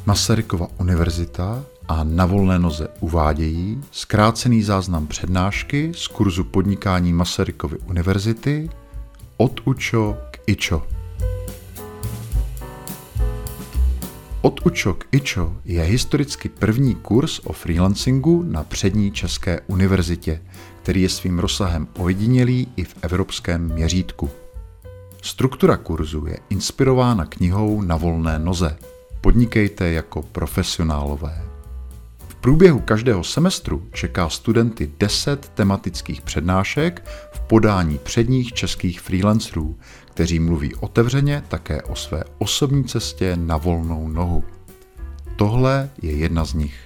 Masarykova univerzita a Na volné noze uvádějí zkrácený záznam přednášky z kurzu podnikání Masarykovy univerzity Od učo k ičo. Od učo k ičo je historicky první kurz o freelancingu na přední české univerzitě, který je svým rozsahem ojedinělý i v evropském měřítku. Struktura kurzu je inspirována knihou Na volné noze. Podnikejte jako profesionálové. V průběhu každého semestru čeká studenty 10 tematických přednášek v podání předních českých freelancerů, kteří mluví otevřeně také o své osobní cestě na volnou nohu. Tohle je jedna z nich.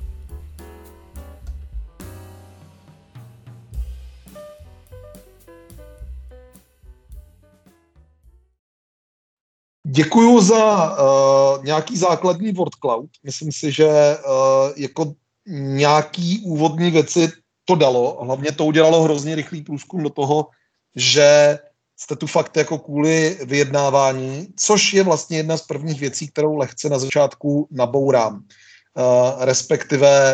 Děkuju za nějaký základní word cloud. Myslím si, že jako nějaký úvodní věci to dalo. Hlavně to udělalo hrozně rychlý průzkum do toho, že jste tu fakt jako kvůli vyjednávání, což je vlastně jedna z prvních věcí, kterou lehce na začátku nabourám. Respektive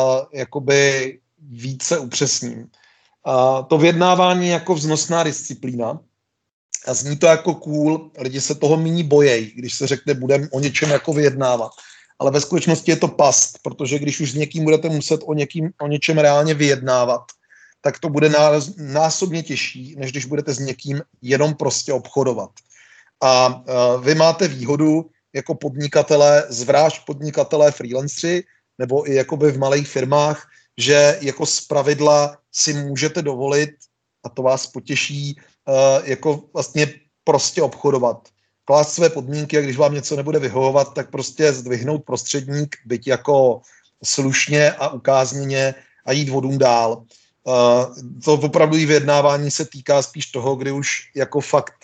jakoby více upřesním. To vyjednávání jako vznosná disciplína. A zní to jako cool, lidi se toho míní bojejí, když se řekne, budeme o něčem jako vyjednávat. Ale ve skutečnosti je to past, protože když už s někým budete muset o něčem reálně vyjednávat, tak to bude násobně těžší, než když budete s někým jenom prostě obchodovat. A vy máte výhodu jako podnikatelé, zvlášť podnikatelé freelanceri, nebo i jakoby v malých firmách, že jako zpravidla si můžete dovolit, a to vás potěší, jako vlastně prostě obchodovat. Klást své podmínky a když vám něco nebude vyhovovat, tak prostě zdvihnout prostředník, byť jako slušně a ukázněně a jít vodům dál. To opravdu i vyjednávání se týká spíš toho, kdy už jako fakt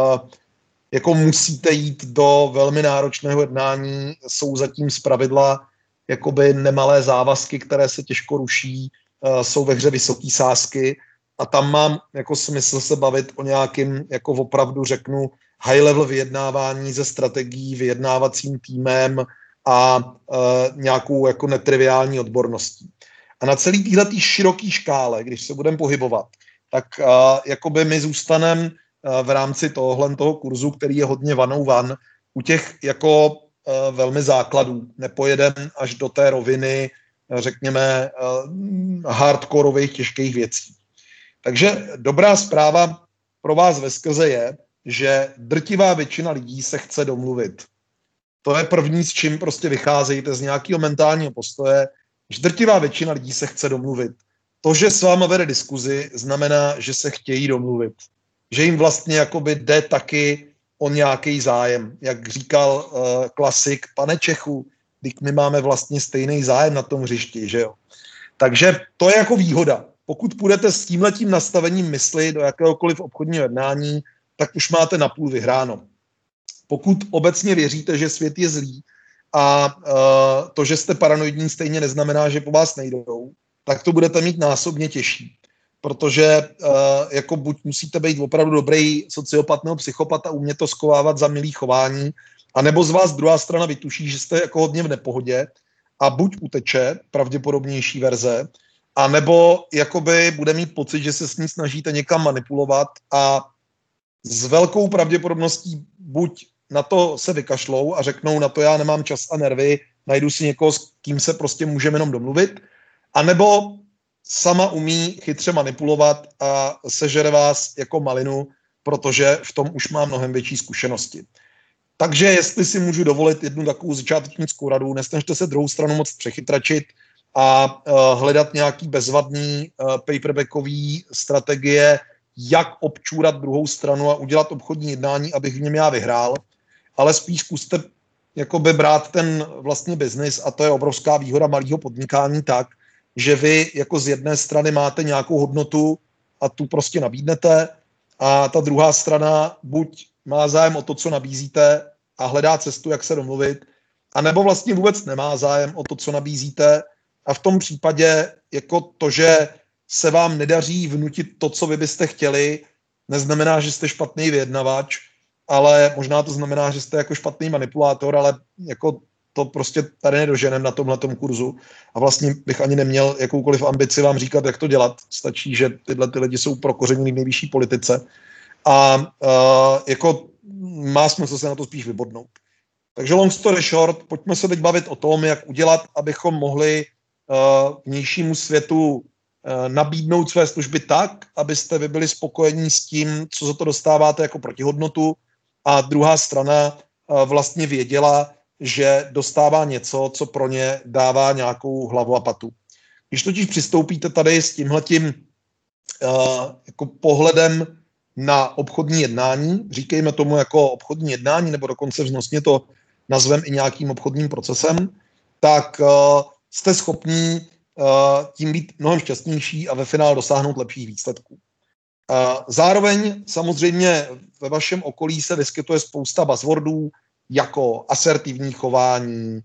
jako musíte jít do velmi náročného jednání, jsou zatím zpravidla jakoby nemalé závazky, které se těžko ruší, jsou ve hře vysoké sázky. A tam mám jako smysl se bavit o nějakým, jako opravdu řeknu, high-level vyjednávání ze strategií, vyjednávacím týmem a nějakou jako netriviální odborností. A na celý téhletý široký škále, když se budeme pohybovat, tak jakoby my zůstaneme v rámci toho kurzu, který je hodně one-on-one, u těch jako velmi základů. Nepojedeme až do té roviny, řekněme, hardkorových těžkých věcí. Takže dobrá zpráva pro vás veskrze je, že drtivá většina lidí se chce domluvit. To je první, s čím prostě vycházejte z nějakého mentálního postoje, že drtivá většina lidí se chce domluvit. To, že s váma vede diskuzi, znamená, že se chtějí domluvit. Že jim vlastně jakoby jde taky o nějaký zájem. Jak říkal klasik, pane Čechu, když my máme vlastně stejný zájem na tom hřišti, že jo. Takže to je jako výhoda. Pokud půjdete s tímhletím nastavením mysli do jakéhokoliv obchodního jednání, tak už máte napůl vyhráno. Pokud obecně věříte, že svět je zlý a to, že jste paranoidní, stejně neznamená, že po vás nejdou, tak to budete mít násobně těžší. Protože jako buď musíte být opravdu dobrý sociopat nebo psychopat a umět to schovávat za milý chování, anebo z vás druhá strana vytuší, že jste jako hodně v nepohodě a buď uteče, pravděpodobnější verze, a nebo jakoby bude mít pocit, že se s ní snažíte někam manipulovat a s velkou pravděpodobností buď na to se vykašlou a řeknou, na to já nemám čas a nervy, najdu si někoho, s kým se prostě můžeme jenom domluvit, anebo sama umí chytře manipulovat a sežere vás jako malinu, protože v tom už má mnohem větší zkušenosti. Takže jestli si můžu dovolit jednu takovou začátečnickou radu, nesnažte se druhou stranu moc přechytračit a hledat nějaký bezvadný paperbackový strategie, jak občůrat druhou stranu a udělat obchodní jednání, abych v něm já vyhrál, ale spíš zkuste jakoby brát ten vlastně biznis, a to je obrovská výhoda malého podnikání, tak, že vy jako z jedné strany máte nějakou hodnotu a tu prostě nabídnete a ta druhá strana buď má zájem o to, co nabízíte a hledá cestu, jak se domluvit, anebo vlastně vůbec nemá zájem o to, co nabízíte. A v tom případě jako to, že se vám nedaří vnutit to, co vy byste chtěli, neznamená, že jste špatný vyjednavač, ale možná to znamená, že jste jako špatný manipulátor, ale jako to prostě tady nedoženem na tomhletom kurzu a vlastně bych ani neměl jakoukoliv ambici vám říkat, jak to dělat. Stačí, že tyhle ty lidi jsou prokořeněni v nejvyšší politice a jako má smysl se na to spíš vybodnout. Takže long story short, pojďme se teď bavit o tom, jak udělat, abychom mohli vnějšímu světu nabídnout své služby tak, abyste vy byli spokojení s tím, co za to dostáváte jako protihodnotu a druhá strana vlastně věděla, že dostává něco, co pro ně dává nějakou hlavu a patu. Když totiž přistoupíte tady s tímhletím jako pohledem na obchodní jednání, říkejme tomu jako obchodní jednání, nebo dokonce vznosně to nazvem i nějakým obchodním procesem, tak jste schopní tím být mnohem šťastnější a ve finále dosáhnout lepších výsledků. Zároveň samozřejmě ve vašem okolí se vyskytuje spousta buzzwordů, jako asertivní chování,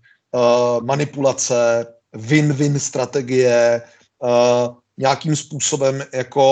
manipulace, win-win strategie, nějakým způsobem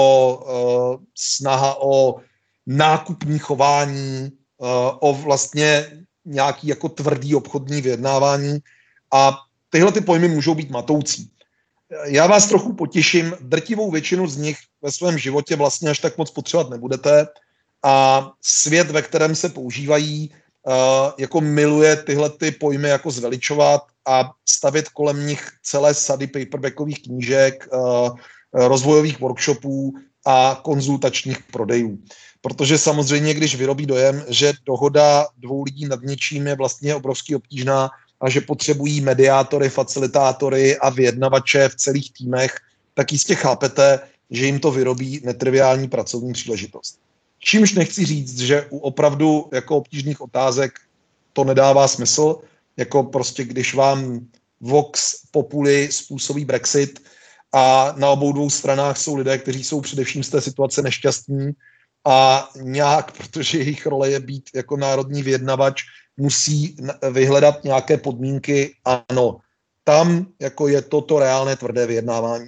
jako snaha o nákupní chování, o vlastně nějaký jako tvrdý obchodní vyjednávání a tyhle ty pojmy můžou být matoucí. Já vás trochu potěším, drtivou většinu z nich ve svém životě vlastně až tak moc potřebovat nebudete a svět, ve kterém se používají, jako miluje tyhle ty pojmy jako zveličovat a stavět kolem nich celé sady paperbackových knížek, rozvojových workshopů a konzultačních prodejů. Protože samozřejmě, když vyrobí dojem, že dohoda dvou lidí nad něčím je vlastně obrovsky obtížná a že potřebují mediátory, facilitátory a vyjednavače v celých týmech, tak jistě chápete, že jim to vyrobí netriviální pracovní příležitost. Čímž nechci říct, že u opravdu jako obtížných otázek to nedává smysl, jako prostě když vám Vox Populi způsobí Brexit a na obou dvou stranách jsou lidé, kteří jsou především z té situace nešťastní a nějak, protože jejich role je být jako národní vyjednavač, musí vyhledat nějaké podmínky. Ano, tam jako je to reálné tvrdé vyjednávání.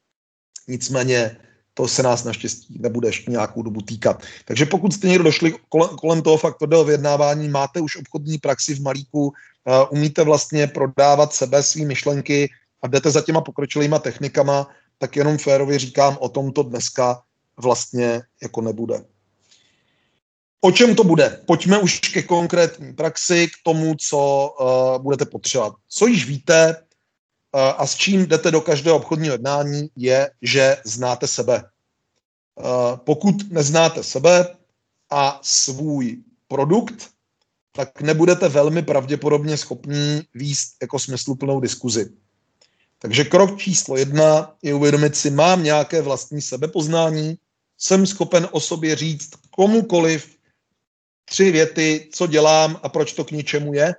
Nicméně to se nás naštěstí nebude ještě nějakou dobu týkat. Takže pokud jste někdo došli kolem toho fakt tvrdého vyjednávání, máte už obchodní praxi v malíku, umíte vlastně prodávat sebe, svý myšlenky a jdete za těma pokročilýma technikama, tak jenom férově říkám, o tom to dneska vlastně jako nebude. O čem to bude? Pojďme už ke konkrétní praxi, k tomu, co budete potřebovat. Co již víte a s čím jdete do každého obchodního jednání, je, že znáte sebe. Pokud neznáte sebe a svůj produkt, tak nebudete velmi pravděpodobně schopní vést jako smysluplnou diskuzi. Takže krok číslo 1 je uvědomit si, mám nějaké vlastní sebepoznání, jsem schopen o sobě říct komukoliv 3 věty, co dělám a proč to k ničemu je.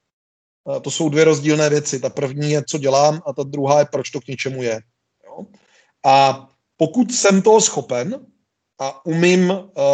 To jsou 2 rozdílné věci. Ta první je, co dělám, a ta druhá je, proč to k ničemu je. Jo? A pokud jsem toho schopen a umím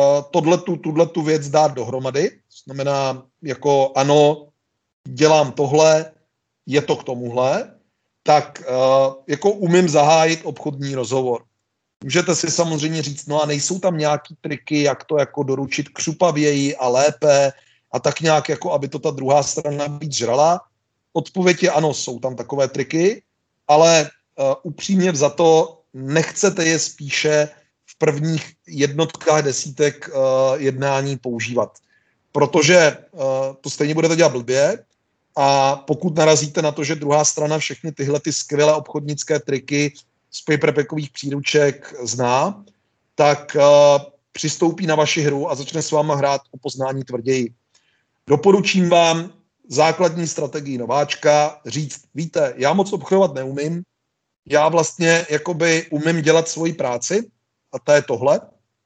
tuhletu věc dát dohromady, to znamená, jako ano, dělám tohle, je to k tomuhle, tak jako umím zahájit obchodní rozhovor. Můžete si samozřejmě říct, no a nejsou tam nějaký triky, jak to jako doručit křupavěji a lépe a tak nějak, jako aby to ta druhá strana víc žrala. Odpověď je ano, jsou tam takové triky, ale upřímně vzato nechcete je spíše v prvních jednotkách, desítek jednání používat. Protože to stejně budete dělat blbě a pokud narazíte na to, že druhá strana všechny tyhle ty skvělé obchodnické triky z paperbackových příruček zná, tak přistoupí na vaši hru a začne s váma hrát o poznání tvrději. Doporučím vám základní strategii nováčka říct, víte, já moc obchodovat neumím, já vlastně jakoby umím dělat svoji práci a to je tohle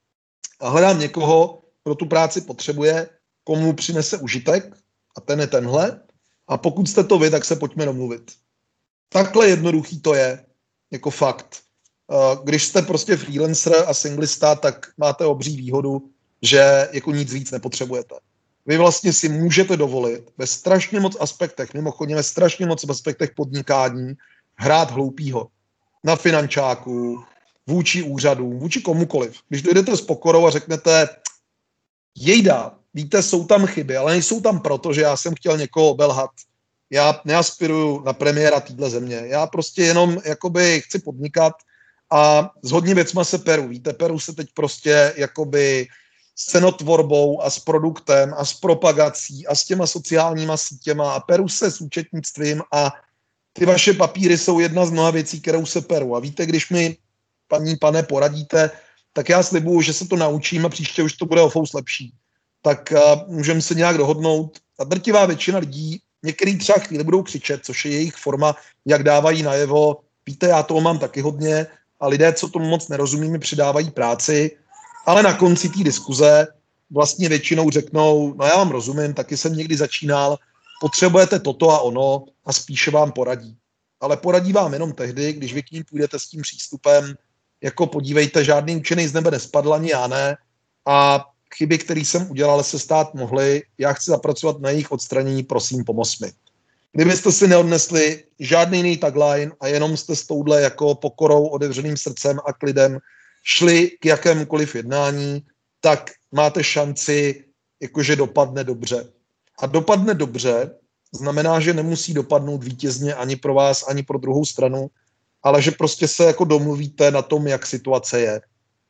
a hledám někoho, kdo tu práci potřebuje, komu přinese užitek a ten je tenhle a pokud jste to vy, tak se pojďme domluvit. Takhle jednoduchý to je, jako fakt. Když jste prostě freelancer a singlista, tak máte obří výhodu, že jako nic víc nepotřebujete. Vy vlastně si můžete dovolit ve strašně moc aspektech, mimochodně ve strašně moc aspektech podnikání, hrát hloupýho. Na finančáku, vůči úřadům, vůči komukoliv. Když dojdete s pokorou a řeknete, jejda, víte, jsou tam chyby, ale nejsou tam proto, že já jsem chtěl někoho obelhat. já neaspiruju na premiéra téhle země. Já prostě jenom jakoby chci podnikat a s hodně věcma se peru. Víte, peru se teď prostě jakoby s cenotvorbou a s produktem a s propagací a s těma sociálníma sítěma a peru se s účetnictvím a ty vaše papíry jsou jedna z mnoha věcí, kterou se peru. A víte, když mi, pane, poradíte, tak já slibuju, že se to naučím a příště už to bude o fous lepší. Tak můžeme se nějak dohodnout. A drtivá většina lidí, některý třeba chvíli budou křičet, což je jejich forma, jak dávají najevo. Víte, já toho mám taky hodně a lidé, co tomu moc nerozumí, mi přidávají práci, ale na konci té diskuze vlastně většinou řeknou, no já vám rozumím, taky jsem někdy začínal, potřebujete toto a ono a spíše vám poradí. Ale poradí vám jenom tehdy, když vy k ním půjdete s tím přístupem, jako podívejte, žádný učený z nebe nespadl, ani já ne, a chyby, které jsem udělal, se stát mohly, já chci zapracovat na jejich odstranění, prosím, pomoz mi. Kdybyste si neodnesli žádný jiný tagline a jenom jste s touhle jako pokorou, otevřeným srdcem a klidem šli k jakémukoliv jednání, tak máte šanci, jakože dopadne dobře. A dopadne dobře znamená, že nemusí dopadnout vítězně ani pro vás, ani pro druhou stranu, ale že prostě se jako domluvíte na tom, jak situace je.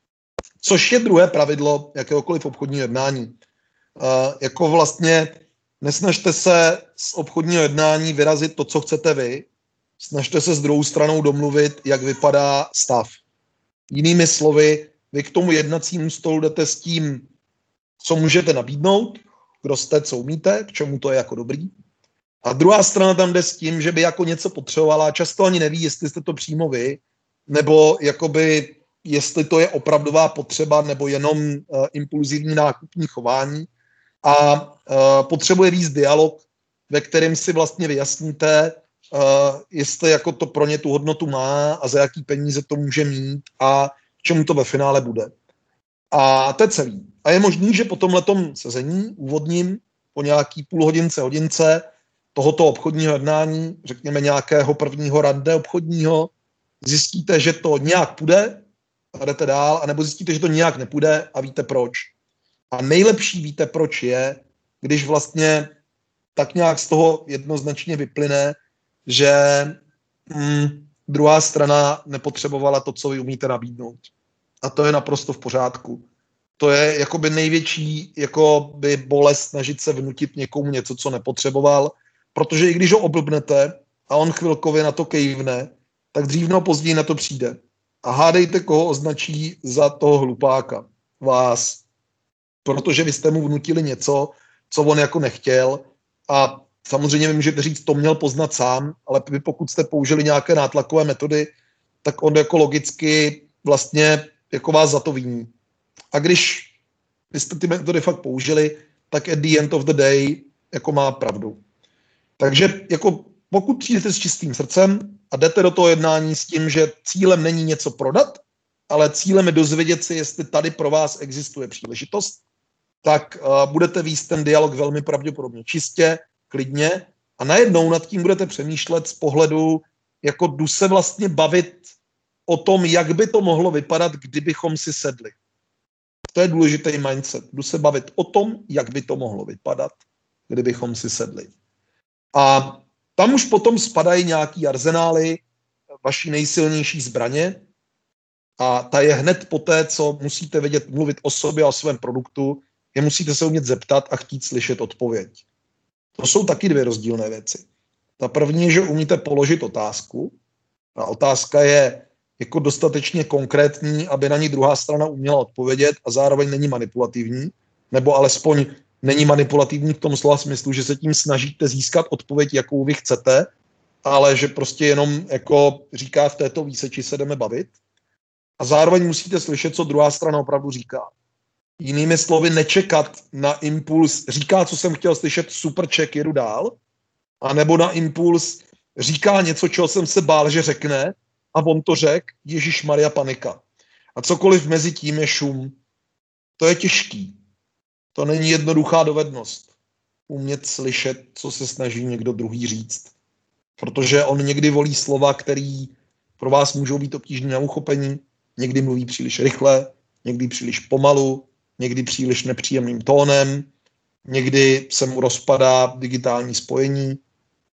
Což je druhé pravidlo jakéhokoliv obchodního jednání. Jako vlastně nesnažte se z obchodního jednání vyrazit to, co chcete vy, snažte se s druhou stranou domluvit, jak vypadá stav. Jinými slovy, vy k tomu jednacímu stolu jdete s tím, co můžete nabídnout, kdo jste, co umíte, k čemu to je jako dobrý. A druhá strana tam jde s tím, že by jako něco potřebovala a často ani neví, jestli jste to přímo vy, nebo jakoby jestli to je opravdová potřeba, nebo jenom impulzivní nákupní chování. A potřebuje víc dialog, ve kterém si vlastně vyjasníte, jestli jako to pro ně tu hodnotu má a za jaký peníze to může mít a k čemu to ve finále bude. A to je celý. A je možný, že po tomhletom sezení úvodním, po nějaký hodince tohoto obchodního jednání, řekněme nějakého prvního rande obchodního, zjistíte, že to nějak půjde a jdete dál, anebo zjistíte, že to nějak nepůjde a víte proč. A nejlepší víte, proč je, když vlastně tak nějak z toho jednoznačně vyplyne, že druhá strana nepotřebovala to, co vy umíte nabídnout. A to je naprosto v pořádku. To je jakoby největší jakoby bolest snažit se vnutit někomu něco, co nepotřeboval, protože i když ho oblbnete a on chvilkově na to kejvne, tak dřív nebo později na to přijde. A hádejte, koho označí za toho hlupáka. Vás. Protože vy jste mu vnutili něco, co on jako nechtěl a samozřejmě vy můžete říct, to měl poznat sám, ale vy pokud jste použili nějaké nátlakové metody, tak on jako logicky vlastně jako vás za to viní. A když vy jste ty metody fakt použili, tak at the end of the day jako má pravdu. Takže jako pokud přijdete s čistým srdcem a jdete do toho jednání s tím, že cílem není něco prodat, ale cílem je dozvědět si, jestli tady pro vás existuje příležitost, tak budete vést ten dialog velmi pravděpodobně čistě, klidně a najednou nad tím budete přemýšlet z pohledu, jako jdu se vlastně bavit o tom, jak by to mohlo vypadat, kdybychom si sedli. To je důležitý mindset. Jdu se bavit o tom, jak by to mohlo vypadat, kdybychom si sedli. A tam už potom spadají nějaký arzenály, vaší nejsilnější zbraně a ta je hned poté, co musíte vědět mluvit o sobě a o svém produktu, je musíte se umět zeptat a chtít slyšet odpověď. To jsou taky dvě rozdílné věci. Ta první je, že umíte položit otázku a otázka je jako dostatečně konkrétní, aby na ní druhá strana uměla odpovědět a zároveň není manipulativní, nebo alespoň není manipulativní v tom slova smyslu, že se tím snažíte získat odpověď, jakou vy chcete, ale že prostě jenom jako říká v této výseči se jdeme bavit. A zároveň musíte slyšet, co druhá strana opravdu říká. Jinými slovy, nečekat na impuls, říká, co jsem chtěl slyšet, super check, jedu dál, a nebo na impuls, říká něco, čeho jsem se bál, že řekne, a on to řekl, ježišmarja, panika. A cokoliv mezi tím je šum. To je těžký. To není jednoduchá dovednost. Umět slyšet, co se snaží někdo druhý říct. Protože on někdy volí slova, které pro vás můžou být obtížné na uchopení, někdy mluví příliš rychle, někdy příliš pomalu, někdy příliš nepříjemným tónem, někdy se mu rozpadá digitální spojení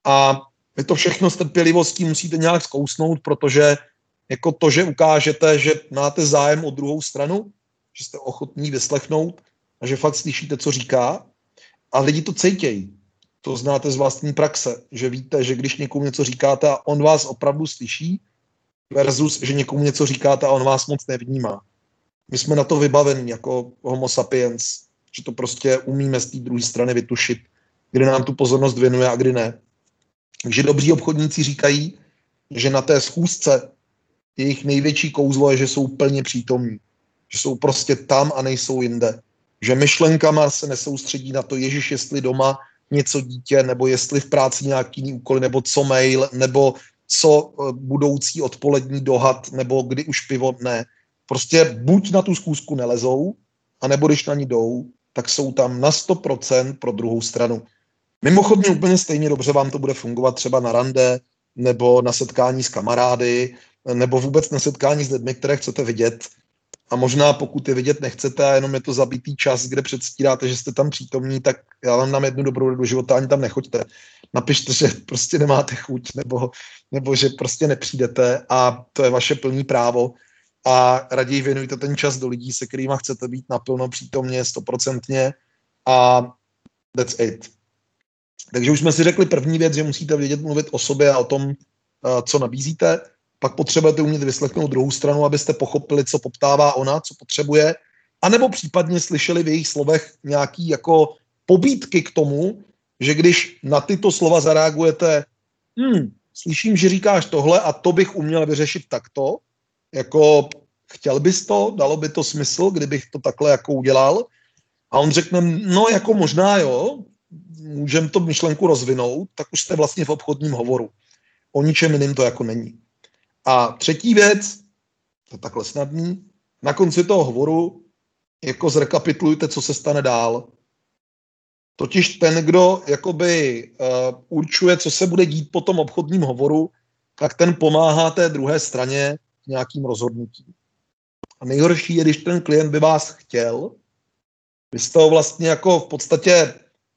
A vy to všechno s trpělivostí musíte nějak zkousnout, protože jako to, že ukážete, že máte zájem o druhou stranu, že jste ochotní vyslechnout a že fakt slyšíte, co říká, a lidi to cítějí. To znáte z vlastní praxe, že víte, že když někomu něco říkáte a on vás opravdu slyší, versus, že někomu něco říkáte a on vás moc nevnímá. My jsme na to vybavení jako homo sapiens, že to prostě umíme z té druhé strany vytušit, kdy nám tu pozornost věnuje a kdy ne. Takže dobří obchodníci říkají, že na té schůzce jejich největší kouzlo je, že jsou plně přítomní. Že jsou prostě tam a nejsou jinde. Že myšlenkama se nesoustředí na to, ježiš, jestli doma něco dítě, nebo jestli v práci nějaký jiný úkoly, nebo co mail, nebo co budoucí odpolední dohad, nebo kdy už pivo, ne. Prostě buď na tu schůzku nelezou, anebo když na ní jdou, tak jsou tam na 100% pro druhou stranu. Mimochodně úplně stejně dobře vám to bude fungovat třeba na rande, nebo na setkání s kamarády, nebo vůbec na setkání s lidmi, které chcete vidět. A možná pokud je vidět nechcete a jenom je to zabitý čas, kde předstíráte, že jste tam přítomní, tak já vám dám jednu dobrou do života, ani tam nechoďte. Napište, že prostě nemáte chuť, nebo že prostě nepřijdete a to je vaše plný právo. A raději věnujte ten čas do lidí, se kterýma chcete být naplno přítomně, 100% a that's it. Takže už jsme si řekli první věc, že musíte vědět mluvit o sobě a o tom, co nabízíte. Pak potřebujete umět vyslechnout druhou stranu, abyste pochopili, co poptává ona, co potřebuje, anebo případně slyšeli v jejich slovech nějaký jako pobídky k tomu, že když na tyto slova zareagujete, slyším, že říkáš tohle a to bych uměl vyřešit takto, jako chtěl bys to, dalo by to smysl, kdybych to takhle jako udělal. A on řekne, no jako možná jo, můžeme to myšlenku rozvinout, tak už jste vlastně v obchodním hovoru. O ničem jiným to jako není. A třetí věc, to je takhle snadný, na konci toho hovoru jako zrekapitulujte, co se stane dál. Totiž ten, kdo jakoby určuje, co se bude dít po tom obchodním hovoru, tak ten pomáhá té druhé straně k nějakým rozhodnutím. A nejhorší je, když ten klient by vás chtěl, vy jste ho vlastně jako v podstatě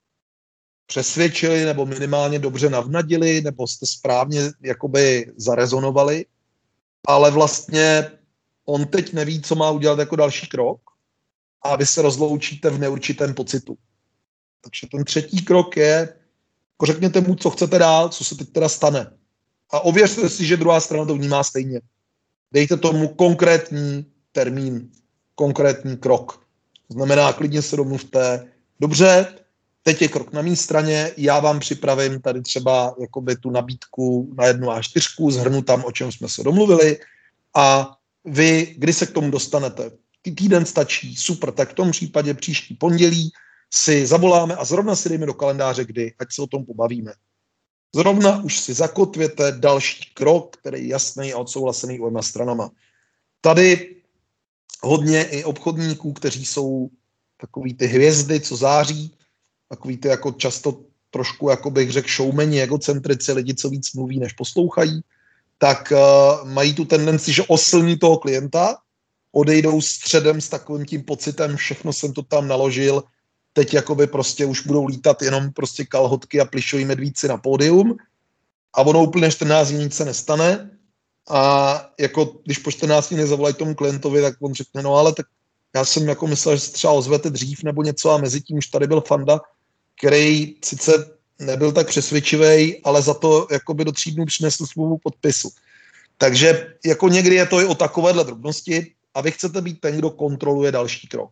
přesvědčili nebo minimálně dobře navnadili, nebo jste správně jakoby zarezonovali, ale vlastně on teď neví, co má udělat jako další krok a vy se rozloučíte v neurčitém pocitu. Takže ten třetí krok je, jako řekněte mu, co chcete dál, co se teď teda stane. A ověřte si, že druhá strana to vnímá stejně. Dejte tomu konkrétní termín, konkrétní krok. To znamená, klidně se domluvte, dobře, teď je krok na mé straně, já vám připravím tady třeba jakoby tu nabídku na 1 A4, zhrnu tam, o čem jsme se domluvili a vy, kdy se k tomu dostanete, týden stačí, super, tak v tom případě příští pondělí si zavoláme a zrovna si dejme do kalendáře, kdy, ať se o tom pobavíme. Zrovna už si zakotvěte další krok, který je jasný a odsouhlasený oběma stranama. Tady hodně i obchodníků, kteří jsou takový ty hvězdy, co září, takový ty jako často trošku, jako bych řekl, showmeni, egocentrici, lidi, co víc mluví, než poslouchají, tak mají tu tendenci, že oslní toho klienta, odejdou středem s takovým tím pocitem, všechno jsem to tam naložil, teď jakoby prostě už budou lítat jenom prostě kalhotky a plišoví medvíci na pódium a ono úplně 14 dní nic se nestane a jako když po 14 dní nezavolají tomu klientovi, tak on řekne, no ale tak já jsem jako myslel, že se třeba ozvete dřív nebo něco a mezi tím už tady byl Fanda, který sice nebyl tak přesvědčivý, ale za to jakoby do 3 dnů přinesl smlouvu podpisu. Takže jako někdy je to i o takovéhle drobnosti a vy chcete být ten, kdo kontroluje další krok.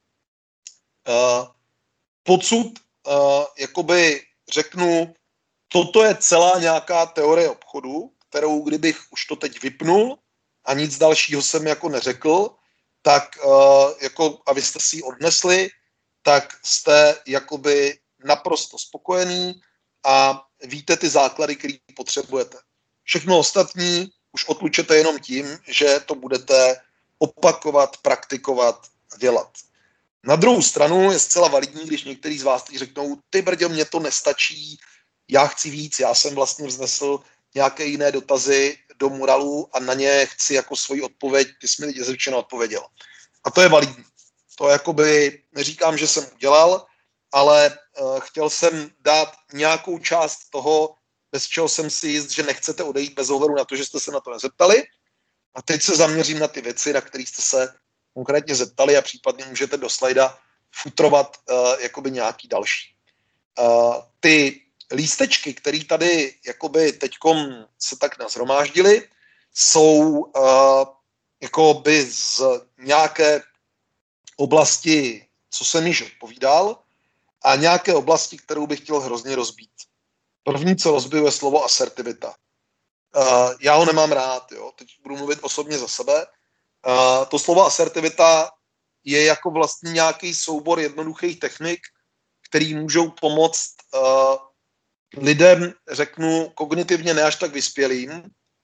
Podsud jakoby řeknu, toto je celá nějaká teorie obchodu, kterou kdybych už to teď vypnul a nic dalšího jsem jako neřekl, tak jako, a vy jste si ji odnesli, tak jste jakoby naprosto spokojený a víte ty základy, které potřebujete. Všechno ostatní už odlučete jenom tím, že to budete opakovat, praktikovat a dělat. Na druhou stranu je zcela validní, když některý z vás teď řeknou, ty Brďo, mně to nestačí, já chci víc, já jsem vlastně vznesl nějaké jiné dotazy do Muralu a na ně chci jako svoji odpověď, ty jsi mi lidi řečeno odpověděl. A to je validní. To jakoby neříkám, že jsem udělal, ale chtěl jsem dát nějakou část toho, bez čeho jsem si jist, že nechcete odejít bez ohledu na to, že jste se na to nezeptali. A teď se zaměřím na ty věci, na které jste se konkrétně zeptali a případně můžete do slajda futrovat jakoby nějaký další. Ty lístečky, které tady jakoby teďkom se tak nazhromáždily, jsou jakoby z nějaké oblasti, co jsem již odpovídal, a nějaké oblasti, kterou bych chtěl hrozně rozbít. První, co rozbiju, je slovo asertivita. Já ho nemám rád, jo? Teď budu mluvit osobně za sebe. To slovo asertivita je jako vlastně nějaký soubor jednoduchých technik, který můžou pomoct lidem, řeknu, kognitivně ne až tak vyspělým,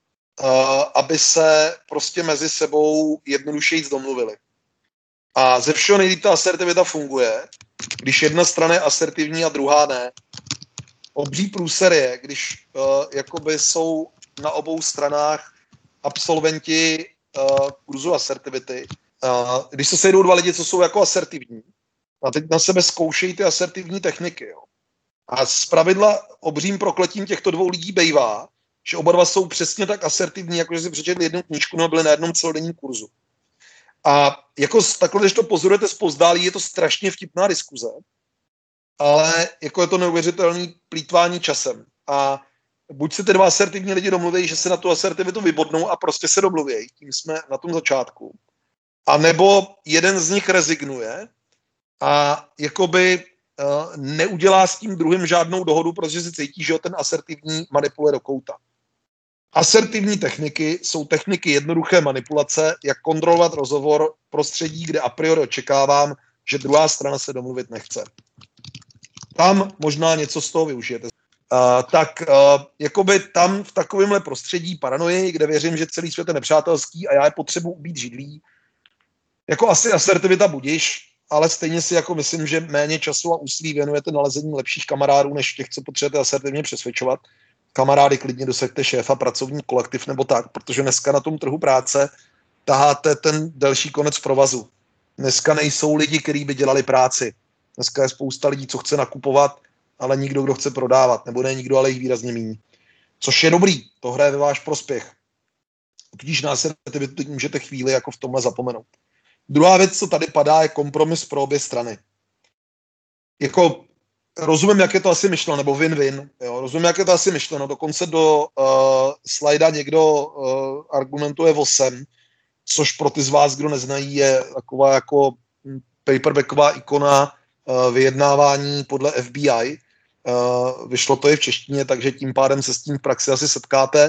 aby se prostě mezi sebou jednodušeji domluvili. A ze všeho nejlíp ta asertivita funguje, když jedna strana je asertivní a druhá ne. Obří průser je, když jakoby jsou na obou stranách absolventi kurzu asertivity. Když se sejdou dva lidi, co jsou jako asertivní, a teď na sebe zkoušejí ty asertivní techniky. Jo. A zpravidla obřím prokletím těchto dvou lidí bejvá, že oba dva jsou přesně tak asertivní, jako že si přečetli jednu knížku, nebo byli na jednom celodenním kurzu. A jako takhle, když to pozorujete zpozdálí, je to strašně vtipná diskuze, ale jako je to neuvěřitelný plýtvání časem. A buď se ty dva asertivní lidi domluví, že se na tu asertivitu vybodnou a prostě se domluví, tím jsme na tom začátku. A nebo jeden z nich rezignuje a jakoby neudělá s tím druhým žádnou dohodu, protože se cítí, že ho ten asertivní manipuluje do kouta. Asertivní techniky jsou techniky jednoduché manipulace, jak kontrolovat rozhovor v prostředí, kde a priori očekávám, že druhá strana se domluvit nechce. Tam možná něco z toho využijete. Jakoby tam v takovémhle prostředí paranoji, kde věřím, že celý svět je nepřátelský a já je potřebuji ubít židlí, jako asi asertivita budiš, ale stejně si jako myslím, že méně času a úsilí věnujete nalezení lepších kamarádů, než těch, co potřebujete asertivně přesvědčovat. Kamarády klidně dosaďte šéfa, pracovní kolektiv nebo tak, protože dneska na tom trhu práce taháte ten delší konec provazu. Dneska nejsou lidi, kteří by dělali práci. Dneska je spousta lidí, co chce nakupovat, ale nikdo, kdo chce prodávat. Nebo ne nikdo, ale jich výrazně méně. Což je dobrý, to hraje ve váš prospěch. Tudíž na asertivitu můžete chvíli jako v tomhle zapomenout. Druhá věc, co tady padá, je kompromis pro obě strany. Jako rozumím, jak je to asi myšleno, nebo win-win. Jo? Rozumím, jak je to asi myšleno. Dokonce do slajda někdo argumentuje VOSem, což pro ty z vás, kdo neznají, je taková jako paperbacková ikona vyjednávání podle FBI. Vyšlo to i v češtině, takže tím pádem se s tím v praxi asi setkáte.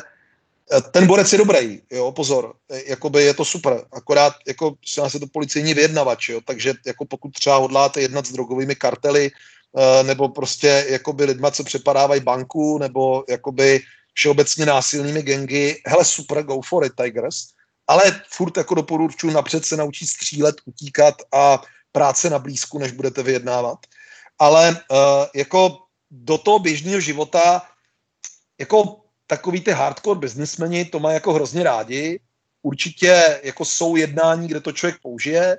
Ten borec je dobrý, jo, pozor, jakoby je to super, akorát jako se to policejní vyjednavač, jo, takže jako pokud třeba hodláte jednat s drogovými kartely, nebo prostě jakoby lidma, co přepadávají banku, nebo jakoby všeobecně násilnými gangy, hele super, go for it, Tigers, ale furt jako doporučuji napřed se naučit střílet, utíkat a práce na blízku, než budete vyjednávat. Ale jako do toho běžného života, jako takový ty hardcore businessmeni to mají jako hrozně rádi. Určitě jako jsou jednání, kde to člověk použije,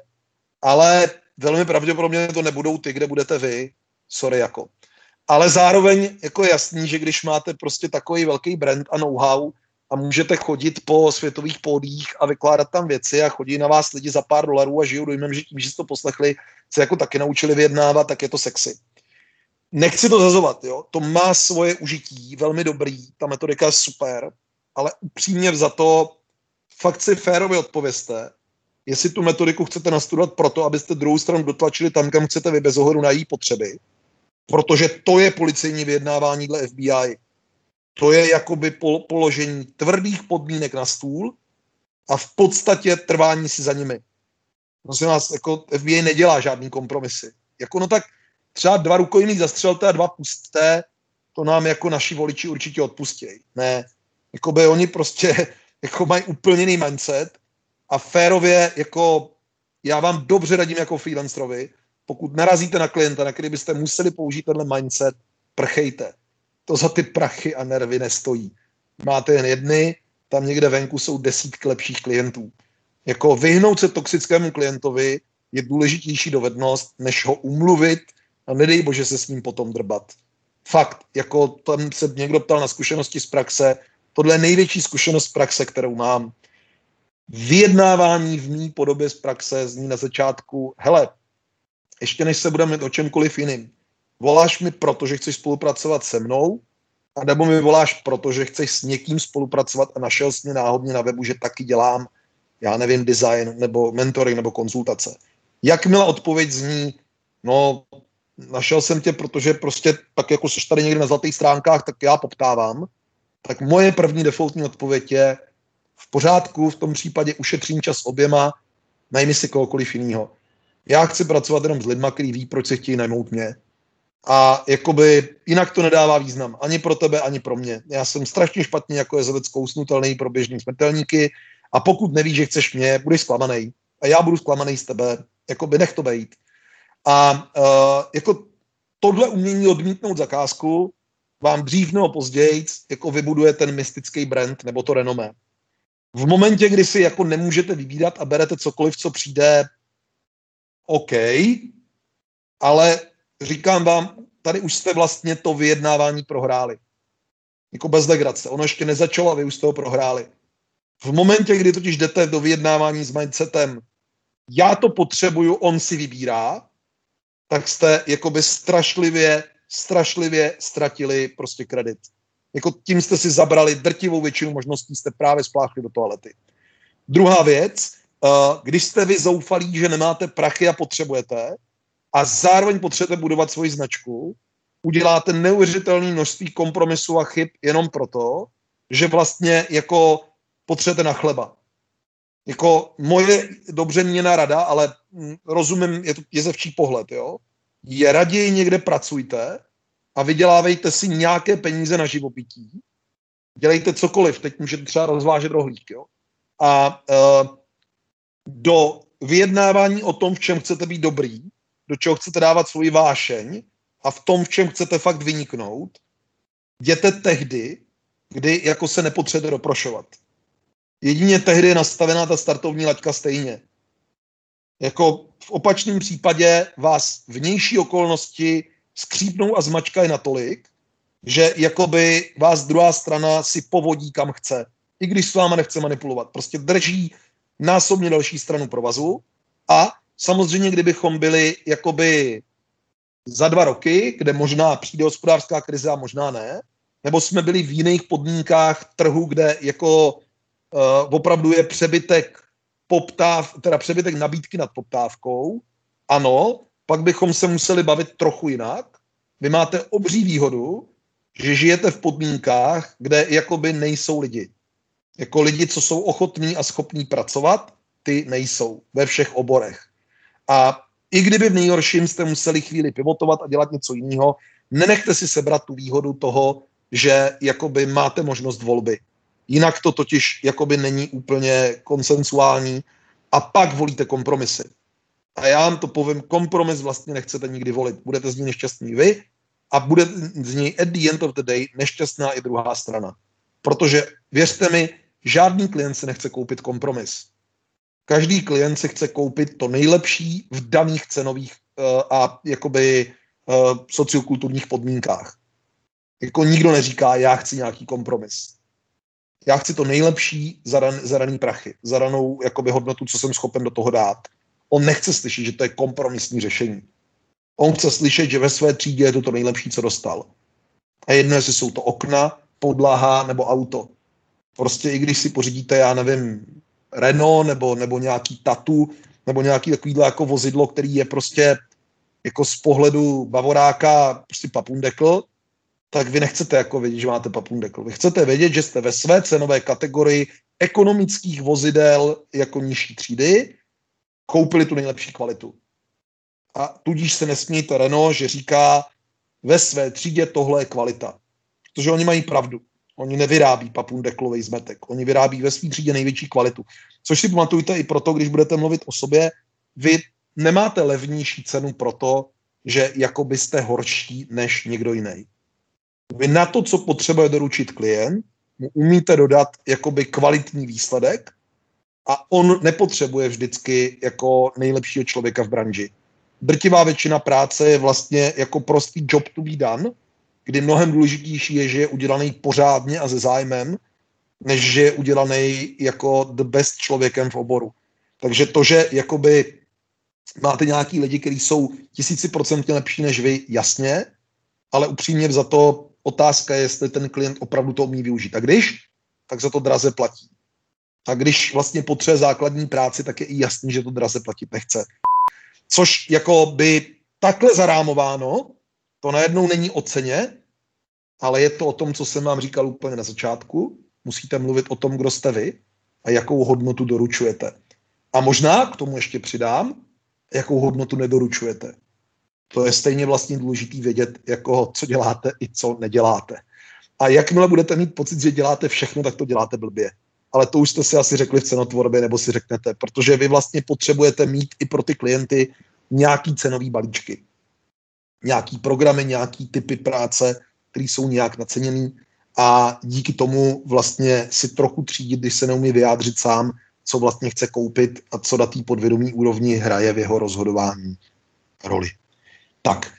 ale velmi pravděpodobně to nebudou ty, kde budete vy. Sorry jako. Ale zároveň jako je jasný, že když máte prostě takový velký brand a know-how a můžete chodit po světových pódiích a vykládat tam věci a chodí na vás lidi za pár $1 a žijou dojmem, že tím, že si to poslechli, se jako taky naučili vyjednávat, tak je to sexy. Nechci to zazovat, jo. To má svoje užití, velmi dobrý, ta metodika je super, ale upřímně vzato fakt si férově odpovězte, jestli tu metodiku chcete nastudovat proto, abyste druhou stranu dotlačili tam, kam chcete vy bez ohledu na její potřeby, protože to je policejní vyjednávání dle FBI. To je jakoby položení tvrdých podmínek na stůl a v podstatě trvání si za nimi. Prosím vás, jako FBI nedělá žádný kompromisy. Jako no tak třeba 2 rukojmí zastřelte a 2 pustte, to nám jako naši voliči určitě odpustějí. Ne, jakoby oni prostě jako mají úplně jiný mindset a férově, jako já vám dobře radím jako freelancerovi, pokud narazíte na klienta, na který byste museli použít tenhle mindset, prchejte. To za ty prachy a nervy nestojí. Máte jen jedny, tam někde venku jsou desítky lepších klientů. Jako vyhnout se toxickému klientovi je důležitější dovednost, než ho umluvit a nedej bože se s ním potom drbat. Fakt, jako tam se někdo ptal na zkušenosti z praxe, tohle je největší zkušenost z praxe, kterou mám. Vyjednávání v mý podobě z praxe zní na začátku, hele, ještě než se budeme o čemkoliv jiným, voláš mi proto, že chceš spolupracovat se mnou, a nebo mi voláš proto, že chceš s někým spolupracovat a našel jsi mě náhodně na webu, že taky dělám, já nevím, design, nebo mentoring, nebo konzultace. Jakmile odpověď zní, no, našel jsem tě, protože prostě tak jako jsi tady někde na zlatých stránkách, tak já poptávám, tak moje první defaultní odpověď je v pořádku, v tom případě ušetřím čas oběma, najmi si kohokoliv jinýho. Já chci pracovat jenom s lidma, který ví, proč se chtějí najmout mě. A jakoby jinak to nedává význam. Ani pro tebe, ani pro mě. Já jsem strašně špatně jako jezevec kousnutelný pro běžný smrtelníky a pokud nevíš, že chceš mě, budeš zklamanej. A já budu zklamanej z tebe. Jakoby nech to bejt. A jako tohle umění odmítnout zakázku vám dřív nebo později jako vybuduje ten mystický brand nebo to renomé. V momentě, kdy si jako nemůžete vybírat a berete cokoliv, co přijde, OK, ale říkám vám, tady už jste vlastně to vyjednávání prohráli. Jako bez legrace. Ono ještě nezačalo a vy už jste ho prohráli. V momentě, kdy totiž jdete do vyjednávání s mindsetem, já to potřebuju, on si vybírá, tak jste jakoby strašlivě ztratili prostě kredit. Jako tím jste si zabrali drtivou většinu možností, jste právě spláchli do toalety. Druhá věc, když jste vy zoufalí, že nemáte prachy a potřebujete, a zároveň potřebujete budovat svoji značku, uděláte neuvěřitelné množství kompromisů a chyb jenom proto, že vlastně jako potřebujete na chleba. Jako moje dobře měná rada, ale rozumím, je to jezevčí pohled, jo? Je raději někde pracujte a vydělávejte si nějaké peníze na živobytí. Dělejte cokoliv, teď můžete třeba rozvážet rohlík, jo? A do vyjednávání o tom, v čem chcete být dobrý, do čeho chcete dávat svoji vášeň a v tom, v čem chcete fakt vyniknout, jděte tehdy, kdy jako se nepotřebujete doprošovat. Jedině tehdy je nastavená ta startovní laťka stejně. Jako v opačném případě vás vnější okolnosti skřípnou a zmačkají natolik, že jakoby vás druhá strana si povodí kam chce. I když s váma nechce manipulovat. Prostě drží násobně další stranu provazu a samozřejmě, kdybychom byli jakoby za 2 roky, kde možná přijde hospodářská krize a možná ne, nebo jsme byli v jiných podmínkách trhu, kde jako opravdu je přebytek přebytek nabídky nad poptávkou, ano, pak bychom se museli bavit trochu jinak. Vy máte obří výhodu, že žijete v podmínkách, kde jakoby nejsou lidi. Jako lidi, co jsou ochotní a schopní pracovat, ty nejsou ve všech oborech. A i kdyby v nejhorším jste museli chvíli pivotovat a dělat něco jiného, nenechte si sebrat tu výhodu toho, že jakoby máte možnost volby. Jinak to totiž jakoby není úplně konsensuální a pak volíte kompromisy. A já vám to povím, kompromis vlastně nechcete nikdy volit. Budete z ní nešťastní vy a bude z ní at the end of the day nešťastná i druhá strana. Protože věřte mi, žádný klient si nechce koupit kompromis. Každý klient si chce koupit to nejlepší v daných cenových a jakoby sociokulturních podmínkách. Jako nikdo neříká, já chci nějaký kompromis. Já chci to nejlepší za raný prachy, za ranou jakoby hodnotu, co jsem schopen do toho dát. On nechce slyšet, že to je kompromisní řešení. On chce slyšet, že ve své třídě je to nejlepší, co dostal. A jedno, jestli jsou to okna, podlaha nebo auto. Prostě i když si pořídíte, já nevím, Renault nebo nějaký Tatu, nebo nějaký takovýhle jako vozidlo, který je prostě jako z pohledu Bavoráka prostě papundekl, tak vy nechcete jako vědět, že máte papundekl. Vy chcete vědět, že jste ve své cenové kategorii ekonomických vozidel jako nižší třídy koupili tu nejlepší kvalitu. A tudíž se nesmějte Renault, že říká ve své třídě tohle je kvalita. Protože oni mají pravdu. Oni nevyrábí papundeklový zmetek. Oni vyrábí ve své třídě největší kvalitu. Což si pamatujte i proto, když budete mluvit o sobě, vy nemáte levnější cenu proto, že jakoby jste horší než někdo jiný. Vy na to, co potřebuje doručit klient, mu umíte dodat jakoby kvalitní výsledek a on nepotřebuje vždycky jako nejlepšího člověka v branži. Drtivá většina práce je vlastně jako prostý job to be done kdy mnohem důležitější je, že je udělaný pořádně a se zájmem, než že je udělaný jako the best člověkem v oboru. Takže to, že jakoby máte nějaký lidi, kteří jsou 1000% lepší než vy, jasně, ale upřímně za to otázka je, jestli ten klient opravdu to umí využít. A když, tak za to draze platí. A když vlastně potřebuje základní práci, tak je i jasný, že to draze platit nechce. Což jako by takhle zarámováno, to najednou není o ceně, ale je to o tom, co jsem vám říkal úplně na začátku. Musíte mluvit o tom, kdo jste vy a jakou hodnotu doručujete. A možná k tomu ještě přidám, jakou hodnotu nedoručujete. To je stejně vlastně důležitý vědět, jako co děláte i co neděláte. A jakmile budete mít pocit, že děláte všechno, tak to děláte blbě. Ale to už jste si asi řekli v cenotvorbě, nebo si řeknete, protože vy vlastně potřebujete mít i pro ty klienty nějaký cenový balíčky. Nějaký programy, nějaký typy práce, které jsou nějak naceněný a díky tomu vlastně si trochu třídit, když se neumí vyjádřit sám, co vlastně chce koupit a co na té podvědomí úrovni hraje v jeho rozhodování roli. Tak,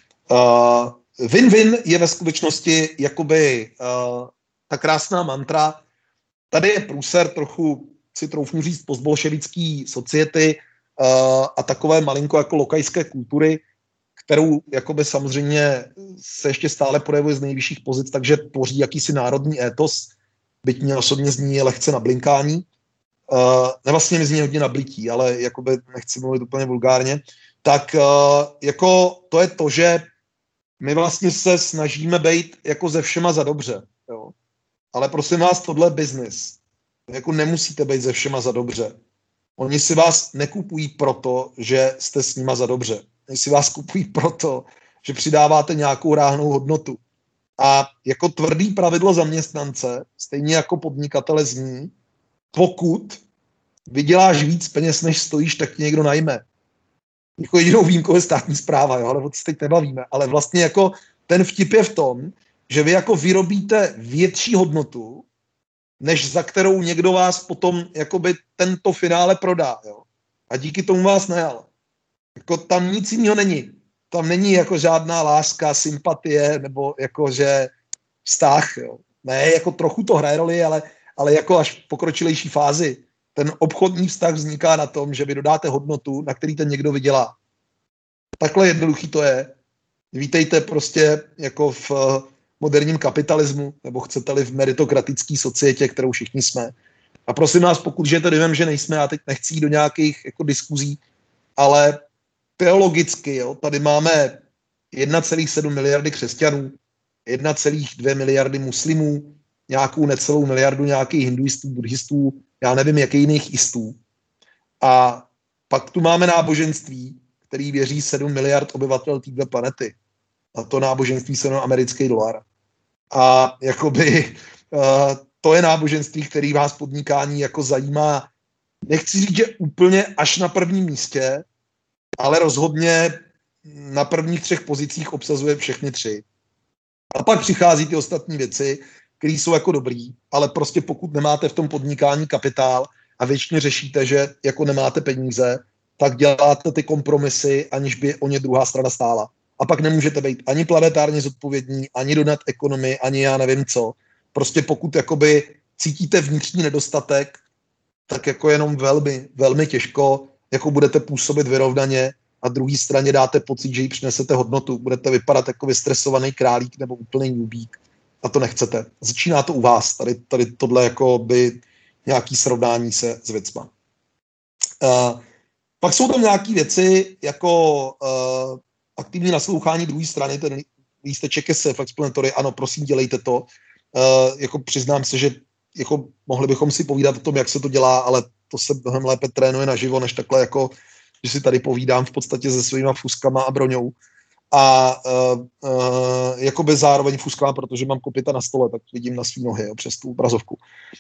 win-win je ve skutečnosti jakoby ta krásná mantra. Tady je průser trochu, si troufnu říct, postbolševický society a takové malinko jako lokajské kultury, kterou jakoby samozřejmě se ještě stále projevuje z nejvyšších pozic, takže tvoří jakýsi národní étos, byť mě osobně z ní je lehce na blinkání. Ne, vlastně mi z ní hodně nablití, ale jakoby nechci mluvit úplně vulgárně. Tak jako to je to, že my vlastně se snažíme být jako ze všema za dobře. Jo? Ale prosím vás, tohle je business. Jako nemusíte být ze všema za dobře. Oni si vás nekupují proto, že jste s nima za dobře. Oni si vás kupují proto, že přidáváte nějakou reálnou hodnotu. A jako tvrdý pravidlo zaměstnance, stejně jako podnikatele zní, pokud vyděláš víc peněz, než stojíš, tak tě někdo najme. Jako jedinou výjimkou je státní správa, jo, ale o to se teď nebavíme. Ale vlastně jako ten vtip je v tom, že vy jako vyrobíte větší hodnotu, než za kterou někdo vás potom jakoby tento finále prodá. Jo. A díky tomu vás najal. Jako tam nic jiného není. Tam není jako žádná láska, sympatie, nebo jako že vztah. Jo. Ne, jako trochu to hraje roli, ale jako až v pokročilejší fázi. Ten obchodní vztah vzniká na tom, že vy dodáte hodnotu, na který ten někdo vydělá. Takhle jednoduchý to je. Vítejte prostě jako v moderním kapitalismu, nebo chcete-li v meritokratické societě, kterou všichni jsme. A prosím vás, pokud žijete dojmem, že nejsme, já teď nechci jít do nějakých jako diskuzí, ale teologicky, jo, tady máme 1,7 miliardy křesťanů, 1,2 miliardy muslimů, nějakou necelou miliardu nějakých hinduistů, buddhistů, já nevím, jakých jiných istů. A pak tu máme náboženství, který věří 7 miliard obyvatel této planety. A to náboženství se jmenuje americký dolar. A jakoby to je náboženství, který vás podnikání jako zajímá. Nechci říct, že úplně až na prvním místě, ale rozhodně na prvních 3 pozicích obsazuje všechny 3. A pak přichází ty ostatní věci, které jsou jako dobrý, ale prostě pokud nemáte v tom podnikání kapitál a většině řešíte, že jako nemáte peníze, tak děláte ty kompromisy, aniž by o ně druhá strana stála. A pak nemůžete být ani planetárně zodpovědní, ani donat ekonomii, ani já nevím co. Prostě pokud jakoby cítíte vnitřní nedostatek, tak jako jenom velmi, velmi těžko jako budete působit vyrovnaně a druhé straně dáte pocit, že jí přinesete hodnotu. Budete vypadat jako vystresovaný králík nebo úplný nubík. A to nechcete. Začíná to u vás. Tady tohle jako by nějaký srovnání se s věcma. Pak jsou tam nějaké věci jako aktivní naslouchání druhé strany, ten lísteček je self-explanatory, ano, prosím, dělejte to. Jako přiznám se, že jako mohli bychom si povídat o tom, jak se to dělá, ale to se mnohem lépe trénuje naživo, než takhle jako, že si tady povídám v podstatě se svýma fuskama a broňou. A jakoby zároveň fuskám, protože mám kopyta na stole, tak vidím na svý nohy, jo, přes tu obrazovku.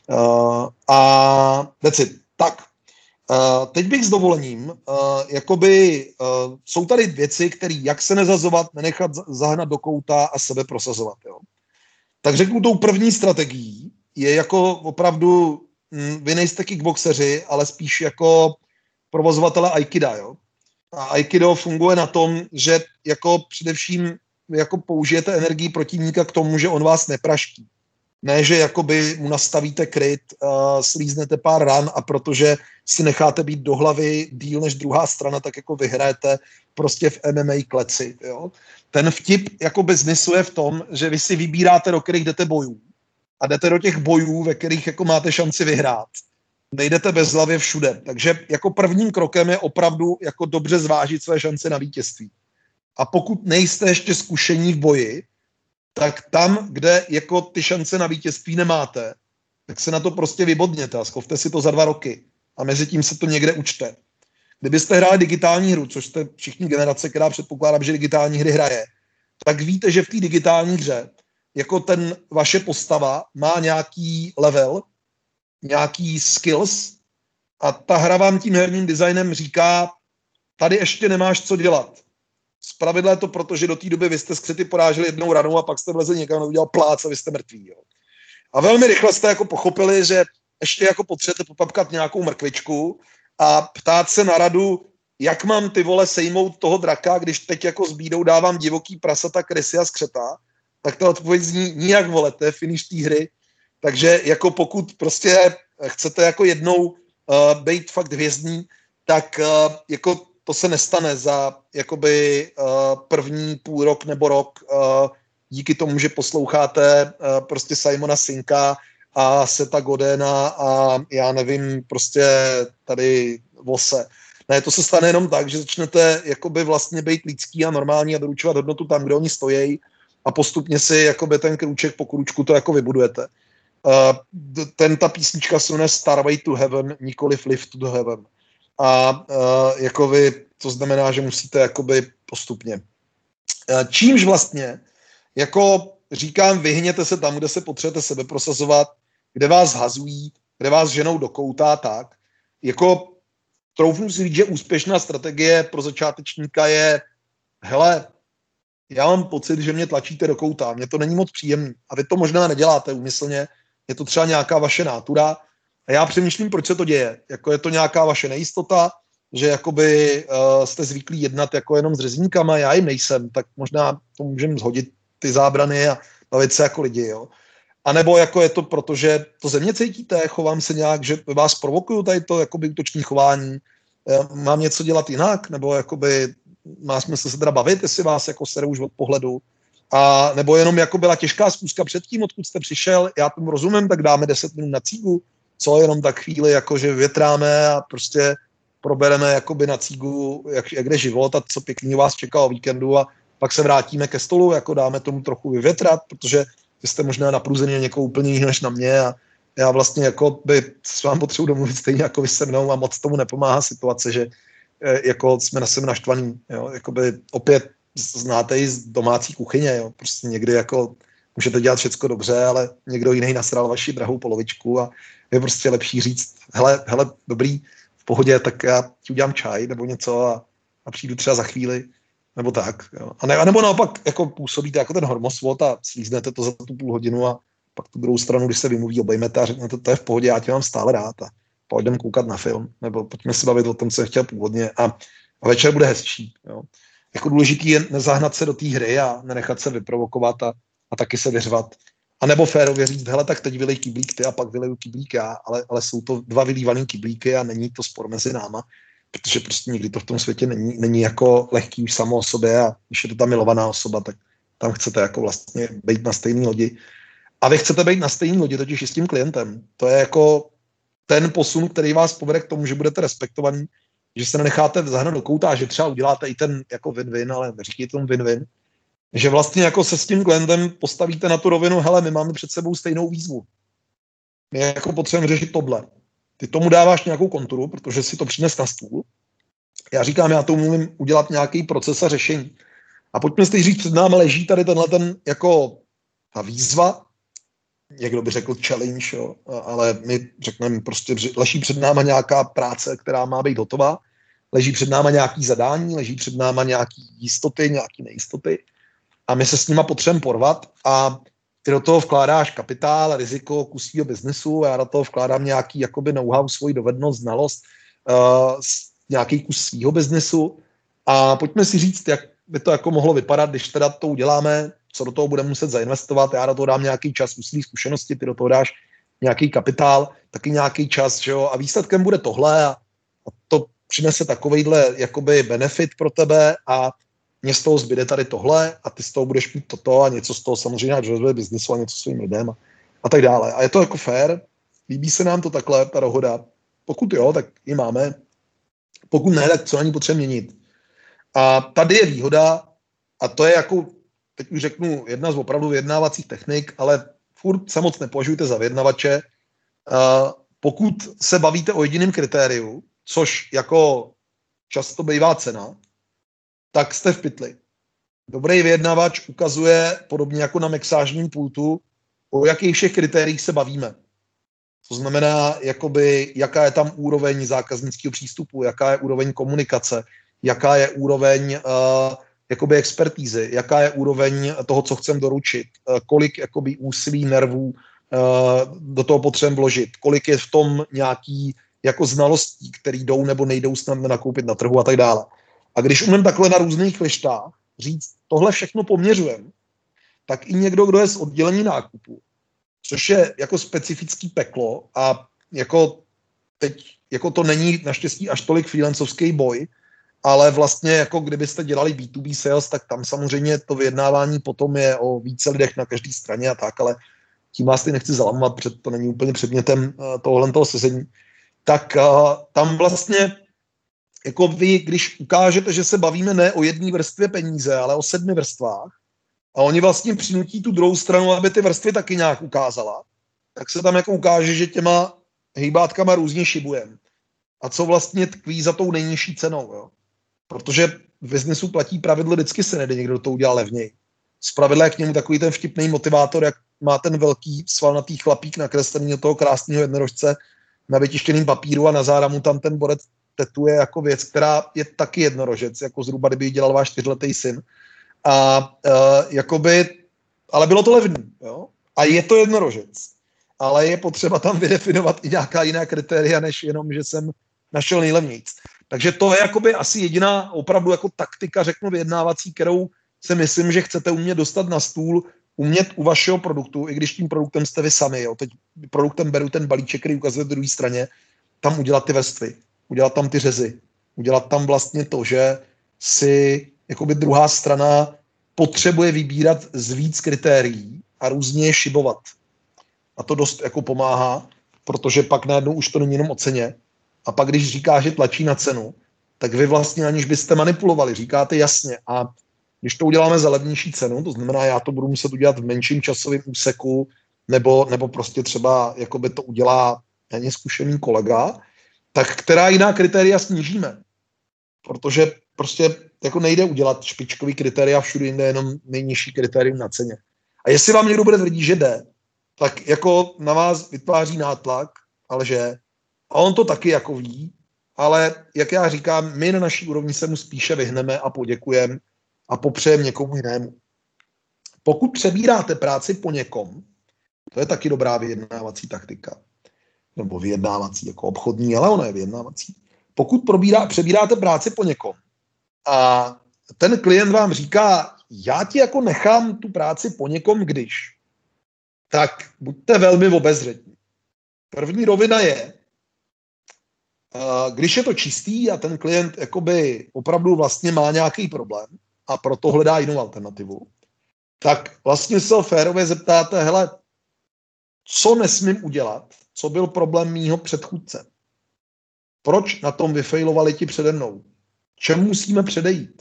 A that's it. Tak, teď bych s dovolením, jsou tady věci, které jak se nezazovat, nenechat zahnat do kouta a sebe prosazovat. Jo. Tak řeknu, tou první strategií je jako opravdu, vy nejste kickboxeři, ale spíš jako provozovatele Aikida. Jo. A Aikido funguje na tom, že jako především jako použijete energii protivníka k tomu, že on vás nepraští. Ne, že jakoby mu nastavíte kryt, slíznete pár ran a protože si necháte být do hlavy díl než druhá strana, tak jako vyhrajete prostě v MMA kleci. Jo? Ten vtip jako biznisu je v tom, že vy si vybíráte, do kterých jdete bojů. A jdete do těch bojů, ve kterých jako máte šanci vyhrát. Nejdete bezhlavě všude. Takže jako prvním krokem je opravdu jako dobře zvážit své šance na vítězství. A pokud nejste ještě zkušení v boji, tak tam, kde jako ty šance na vítězství nemáte, tak se na to prostě vybodněte a zkovte si to za 2 roky. A mezi tím se to někde učte. Kdybyste hráli digitální hru, což jste všichni generace, která předpokládám, že digitální hry hraje, tak víte, že v té digitální hře jako ten vaše postava má nějaký level, nějaký skills a ta hra vám tím herním designem říká, tady ještě nemáš co dělat. Zpravidla je to proto, že do té doby vy jste skřety poráželi jednou ranou a pak jste vlezli někam a udělal plác a vy jste mrtví. Jo. A velmi rychle jste jako pochopili, že ještě jako potřebujete popapkat nějakou mrkvičku a ptát se na radu, jak mám ty vole sejmout toho draka, když teď jako s bídou dávám divoký prasata, krysy a skřeta, tak ta odpověď zní nijak, vole, to je finish té hry. Takže jako pokud prostě chcete jako jednou být fakt hvězdný, tak jako to se nestane za jakoby první půl rok nebo rok díky tomu, že posloucháte prostě Simona Sinka a Seta Godena a já nevím, prostě tady Vose. Ne, to se stane jenom tak, že začnete jakoby vlastně být lidský a normální a doručovat hodnotu tam, kde oni stojí a postupně si jakoby ten krůček po krůčku to jako vybudujete. Ta písnička se jmenuje Starway to Heaven, nikoliv Live to Heaven. A jakoby, to znamená, že musíte jakoby postupně. Čímž vlastně, jako říkám, vyhněte se tam, kde se potřebujete sebe prosazovat, kde vás hazují, kde vás ženou do kouta, tak. Jako troufnu si říct, že úspěšná strategie pro začátečníka je, hele, já mám pocit, že mě tlačíte do kouta, mně to není moc příjemný. A vy to možná neděláte úmyslně, je to třeba nějaká vaše nátura. A já přemýšlím, proč se to děje. Jako je to nějaká vaše nejistota, že jakoby jste zvyklí jednat jako jenom s řezníkama, já jim nejsem, tak možná to můžeme zhodit ty zábrany a bavit se jako lidi, jo. A nebo jako je to proto, že to ze mě cítíte, chovám se nějak, že vás provokuju tady to jakoby útoční chování, mám něco dělat jinak, nebo jakoby má smysl se teda bavit, jestli vás jako sere už od pohledu. A nebo jenom jako byla těžká zkuska předtím, odkud jste přišel, já tomu rozumím, tak dáme 10 minut na cígu, co jenom tak chvíli, jakože větráme a prostě probereme jakoby na cígu, jak jde život a co pěkný vás čeká o víkendu a pak se vrátíme ke stolu, jako dáme tomu trochu vyvětrat, protože vy jste možná napruzený na někoho úplně jiného než na mě a já vlastně jako by s vám potřebuji domluvit stejně jako vy se mnou a moc tomu nepomáhá situace, že jako jsme na sebe naštvaný, jo, jakoby opět znáte i z domácí kuchyně, jo, prostě někdy jako můžete dělat všecko dobře, ale někdo jiný nasral vaši drahou polovičku a je prostě lepší říct, hele, dobrý, v pohodě, tak já ti udělám čaj nebo něco a přijdu třeba za chvíli, nebo tak. Jo. A nebo naopak jako působíte jako ten hormosvod a slíznete to za tu půl hodinu a pak tu druhou stranu, když se vymluví, obejmete a řeknete, to je v pohodě, já tě mám stále rád a pojďme koukat na film, nebo pojďme si bavit o tom, co jsem chtěl původně a večer bude hezčí. Jo. Jako důležitý je nezahnat se do té hry a nenechat se vyprovokovat a taky se vyřvat. A nebo férově říct, hele, tak teď vylej kyblík ty a pak vyleju kyblík já, ale jsou to 2 vylívaný kyblíky a není to spor mezi náma, protože prostě nikdy to v tom světě není jako lehký už samo o sobě a když je to ta milovaná osoba, tak tam chcete jako vlastně být na stejné lodi. A vy chcete být na stejné lodi totiž i s tím klientem. To je jako ten posun, který vás povede k tomu, že budete respektovaní, že se nenecháte zahnat do kouta a že třeba uděláte i ten jako win-win, ale neříkejte tomu win-win, že vlastně jako se s tím klientem postavíte na tu rovinu, hele, my máme před sebou stejnou výzvu. My jako potřebujeme řešit tohle. Ty tomu dáváš nějakou konturu, protože si to přines na stůl. Já říkám, já tomu umím udělat nějaký proces a řešení. A pojďme si říct, před námi leží tady ten jako ta výzva, někdo by řekl challenge, jo, ale my řekneme prostě, leží před náma nějaká práce, která má být hotová, leží před náma nějaký zadání, leží před náma nějaký jistoty, nějaký nejistoty a my se s nima potřebujeme porvat a ty do toho vkládáš kapitál, riziko kus svýho biznesu a já do toho vkládám nějaký jakoby know-how, svoji dovednost, znalost, nějaký kus svýho biznesu a pojďme si říct, by to jako mohlo vypadat, když teda to uděláme, co do toho budeme muset zainvestovat, já do toho dám nějaký čas, úsilí, zkušenosti, ty do toho dáš nějaký kapitál, taky nějaký čas, že jo, a výsledkem bude tohle a to přinese takovejhle jakoby benefit pro tebe a mě z toho zbyde tady tohle a ty z toho budeš mít toto a něco z toho samozřejmě rozvoje biznisu a něco svým lidem a tak dále. A je to jako fair, líbí se nám to takhle, ta dohoda. Pokud jo, tak ji máme. Pokud ne, tak co na ní potřebujeme měnit. A tady je výhoda, a to je jako, teď už řeknu, jedna z opravdu vyjednávacích technik, ale furt se moc nepovažujte za vyjednavače. Pokud se bavíte o jediném kritériu, což jako často bývá cena, tak jste v pytli. Dobrý vyjednavač ukazuje, podobně jako na mixážním pultu, o jakých všech kritériích se bavíme. To znamená, jakoby, jaká je tam úroveň zákaznického přístupu, jaká je úroveň komunikace, jaká je úroveň jakoby expertízy, jaká je úroveň toho, co chcem doručit, kolik jakoby úsilí, nervů do toho potřebujeme vložit, kolik je v tom nějaký jako znalostí, které jdou nebo nejdou snadno nakoupit na trhu a tak dále. A když umím takhle na různých klištách říct, tohle všechno poměřujeme, tak i někdo, kdo je z oddělení nákupu, což je jako specifický peklo a jako teď jako to není naštěstí až tolik freelancovský boj, ale vlastně jako kdybyste dělali B2B sales, tak tam samozřejmě to vyjednávání potom je o více lidech na každé straně a tak, ale tím vás ty nechci zalamovat, protože to není úplně předmětem toho sezení. Tak tam vlastně jako vy, když ukážete, že se bavíme ne o jedné vrstvě peníze, ale o 7 vrstvách, a oni vlastně přinutí tu druhou stranu, aby ty vrstvy taky nějak ukázala, tak se tam jako ukáže, že těma hejbátkama různě šibujeme. A co vlastně tkví za tou nejnižší cenou, jo? Protože v biznesu platí pravidlo, vždycky se nejde někdo to udělá levněji. Zpravidla je k němu takový ten vtipný motivátor, jak má ten velký svalnatý chlapík nakreslený do toho krásného jednorožce na vytištěným papíru a na záda mu tam ten borec tetuje jako věc, která je taky jednorožec, jako zhruba, kdyby ji dělal váš 4letý syn. A jakoby, ale bylo to levný, jo? A je to jednorožec. Ale je potřeba tam vydefinovat i nějaká jiná kritéria, než jenom, že jsem našel nejlevnějc. Takže to je jakoby asi jediná opravdu jako taktika, řeknu, vyjednávací, kterou si myslím, že chcete umět dostat na stůl, umět u vašeho produktu, i když tím produktem jste vy sami, jo? Teď produktem beru ten balíček, který ukazuje druhé straně, tam udělat ty vrstvy, udělat tam ty řezy, udělat tam vlastně to, že si jakoby druhá strana potřebuje vybírat z víc kritérií a různě je šibovat. A to dost jako pomáhá, protože pak najednou už to není jenom o ceně. A pak, když říká, že tlačí na cenu, tak vy vlastně aniž byste manipulovali, říkáte jasně. A když to uděláme za levnější cenu, to znamená, já to budu muset udělat v menším časovém úseku, nebo prostě třeba jakoby to udělá méně zkušený kolega, tak která jiná kritéria snížíme? Protože prostě jako nejde udělat špičkový kritéria všude jinde, jenom nejnižší kritérium na ceně. A jestli vám někdo bude tvrdit, že jde, tak jako na vás vytváří nátlak, ale že a on to taky jako ví, ale jak já říkám, my na naší úrovni se mu spíše vyhneme a poděkujeme a popřejeme někomu jinému. Pokud přebíráte práci po někom, to je taky dobrá vyjednávací taktika. Nebo vyjednávací, jako obchodní, ale ona je vyjednávací. Pokud přebíráte práci po někom a ten klient vám říká, já ti jako nechám tu práci po někom, když, tak buďte velmi obezřetní. První rovina je, když je to čistý a ten klient jakoby opravdu vlastně má nějaký problém a proto hledá jinou alternativu, tak vlastně se férově zeptáte, hele, co nesmím udělat, co byl problém mýho předchůdce? Proč na tom vyfejlovali ti přede mnou? Čemu musíme předejít?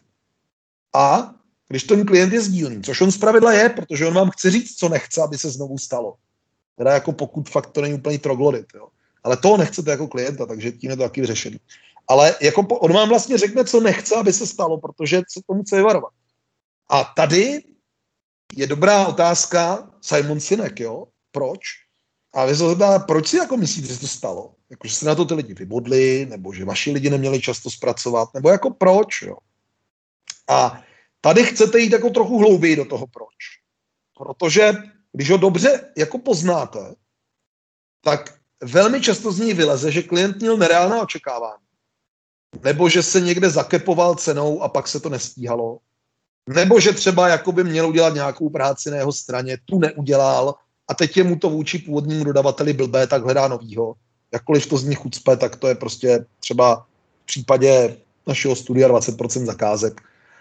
A když ten klient je sdílný, což on zpravidla je, protože on vám chce říct, co nechce, aby se znovu stalo. Teda jako pokud fakt to není úplný troglodit, jo. Ale toho nechcete jako klienta, takže tím je to taky vyřešený. Ale jako on vám vlastně řekne, co nechce, aby se stalo, protože se tomu chce vyvarovat. A tady je dobrá otázka Simon Sinek, jo? Proč? A vy se zeptá, proč si jako myslíte, že to stalo? Jako, že se na to ty lidi vybodli, nebo že vaši lidi neměli často zpracovat, nebo jako proč, jo? A tady chcete jít jako trochu hlouběji do toho proč. Protože když ho dobře jako poznáte, tak velmi často z něj vyleze, že klient měl nereálná očekávání. Nebo že se někde zakepoval cenou a pak se to nestíhalo. Nebo že třeba jakoby měl udělat nějakou práci na jeho straně, tu neudělal a teď je mu to vůči původnímu dodavateli blbé, tak hledá novýho. Jakkoliv to z nich chucpe, tak to je prostě třeba v případě našeho studia 20% zakázek.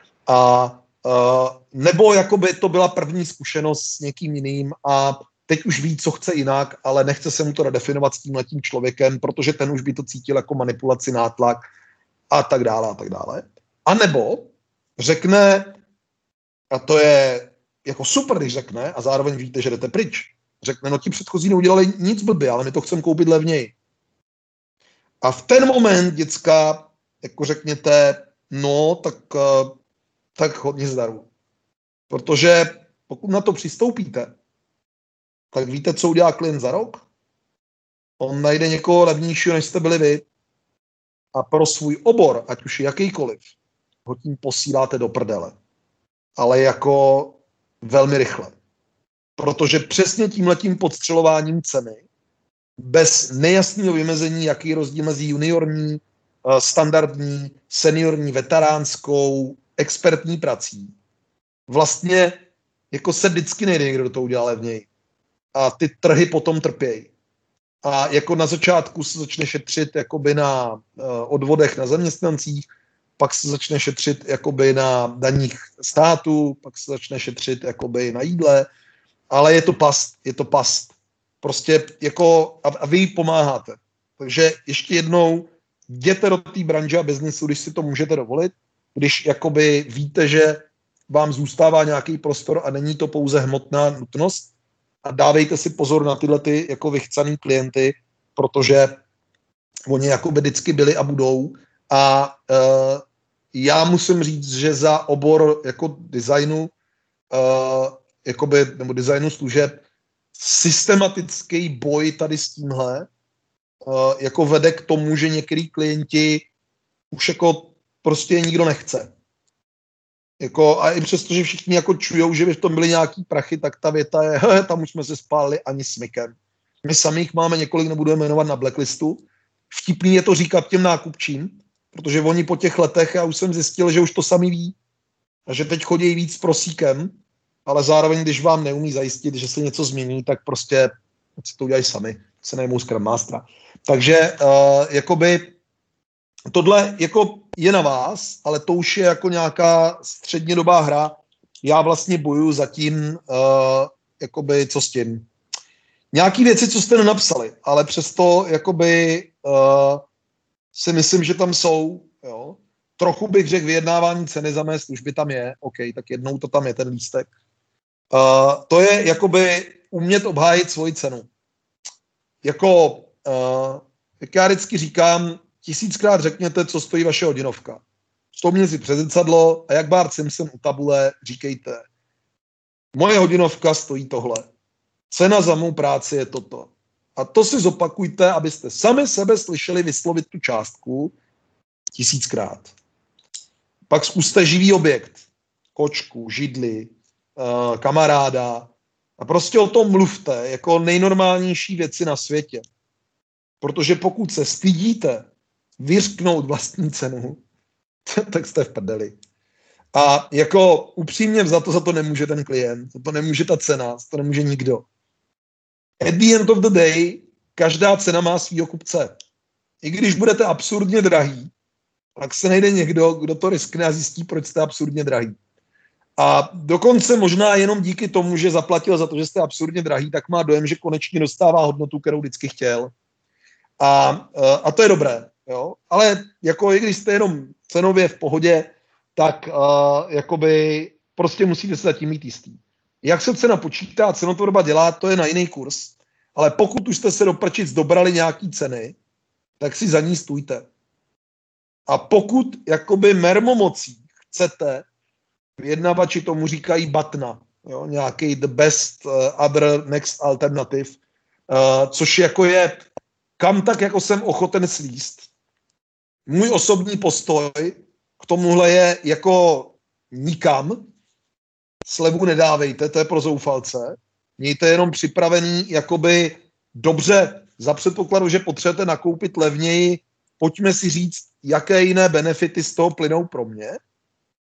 Nebo jakoby to byla první zkušenost s někým jiným a teď už ví, co chce jinak, ale nechce se mu to redefinovat s tímhletím člověkem, protože ten už by to cítil jako manipulaci, nátlak a tak dále a tak dále. A nebo řekne, a to je jako super, když řekne, a zároveň víte, že jdete pryč. Řekne, no ti předchozí neudělali nic blbě, ale my to chceme koupit levněji. A v ten moment, děcka, jako řekněte, no, tak hodně zdaru. Protože pokud na to přistoupíte, tak víte, co udělá klient za rok? On najde někoho levnějšího, než jste byli vy. A pro svůj obor, ať už jakýkoliv, ho tím posíláte do prdele. Ale jako velmi rychle. Protože přesně tímhletím podstřelováním ceny, bez nejasného vymezení, jaký je rozdíl mezi juniorní, standardní, seniorní, veteránskou, expertní prací, vlastně jako se vždycky nejde někdo do toho udělá levněji. A ty trhy potom trpějí. A jako na začátku se začne šetřit jakoby na odvodech na zaměstnancích, pak se začne šetřit jakoby na daních státu, pak se začne šetřit jakoby na jídle, ale je to past. Prostě jako, a vy jí pomáháte. Takže ještě jednou, jděte do té branže a biznisu, když si to můžete dovolit, když jakoby víte, že vám zůstává nějaký prostor a není to pouze hmotná nutnost, a dávejte si pozor na tyhle ty jako vychcaný klienty, protože oni jakoby vždycky byli a budou. A já musím říct, že za obor jako designu, nebo designu služeb, systematický boj tady s tímhle jako vede k tomu, že některý klienti už jako prostě nikdo nechce. Jako, a i přesto, že všichni jako čujou, že by v tom byly nějaký prachy, tak ta věta je, tam už jsme se spálili ani smykem. My sami jich máme několik, nebudeme jmenovat na blacklistu. Vtipný je to říkat těm nákupčím, protože oni po těch letech, já už jsem zjistil, že už to sami ví a že teď chodí víc s prosíkem, ale zároveň, když vám neumí zajistit, že se něco změní, tak prostě si to udělají sami, se najmou Scrum Mastera. Takže jakoby tohle jako je na vás, ale to už je jako nějaká střednědobá hra. Já vlastně bojuju za tím, jakoby, co s tím. Nějaký věci, co jste nenapsali, ale přesto jakoby, si myslím, že tam jsou. Jo. Trochu bych řekl, vyjednávání ceny za mé služby tam je. OK, tak jednou to tam je, ten lístek. To je jakoby umět obhájit svoji cenu. Jako, jak já vždycky říkám, 1000krát řekněte, co stojí vaše hodinovka. Vzpomněte si před zrcadlo a jak Bart Simpson u tabule říkejte, moje hodinovka stojí tohle. Cena za mou práci je toto. A to si zopakujte, abyste sami sebe slyšeli vyslovit tu částku 1000krát. Pak zkuste živý objekt. Kočku, židli, kamaráda. A prostě o tom mluvte jako nejnormálnější věci na světě. Protože pokud se stydíte vyřknout vlastní cenu, tak jste v prdeli. A jako upřímně za to nemůže ten klient, za to nemůže ta cena, za to nemůže nikdo. At the end of the day, každá cena má svýho kupce. I když budete absurdně drahý, tak se najde někdo, kdo to riskne a zjistí, proč jste absurdně drahý. A dokonce možná jenom díky tomu, že zaplatil za to, že jste absurdně drahý, tak má dojem, že konečně dostává hodnotu, kterou vždycky chtěl. A to je dobré. Jo? Ale jako i když jste jenom cenově v pohodě, tak jakoby prostě musíte se zatím mít jistý. Jak se cena počítá, cenotvorba dělá, to je na jiný kurz. Ale pokud už jste se do prčic dobrali nějaký ceny, tak si za ní stůjte. A pokud jakoby mermomocí chcete, vyjednavači tomu říkají batna, jo? Nějaký the best other next alternative, což jako je kam tak jako jsem ochoten slíst. Můj osobní postoj k tomuhle je jako nikam. Slevu nedávejte, to je pro zoufalce. Mějte jenom připravený jakoby dobře, za předpokladu, že potřebujete nakoupit levněji, pojďme si říct, jaké jiné benefity z toho plynou pro mě.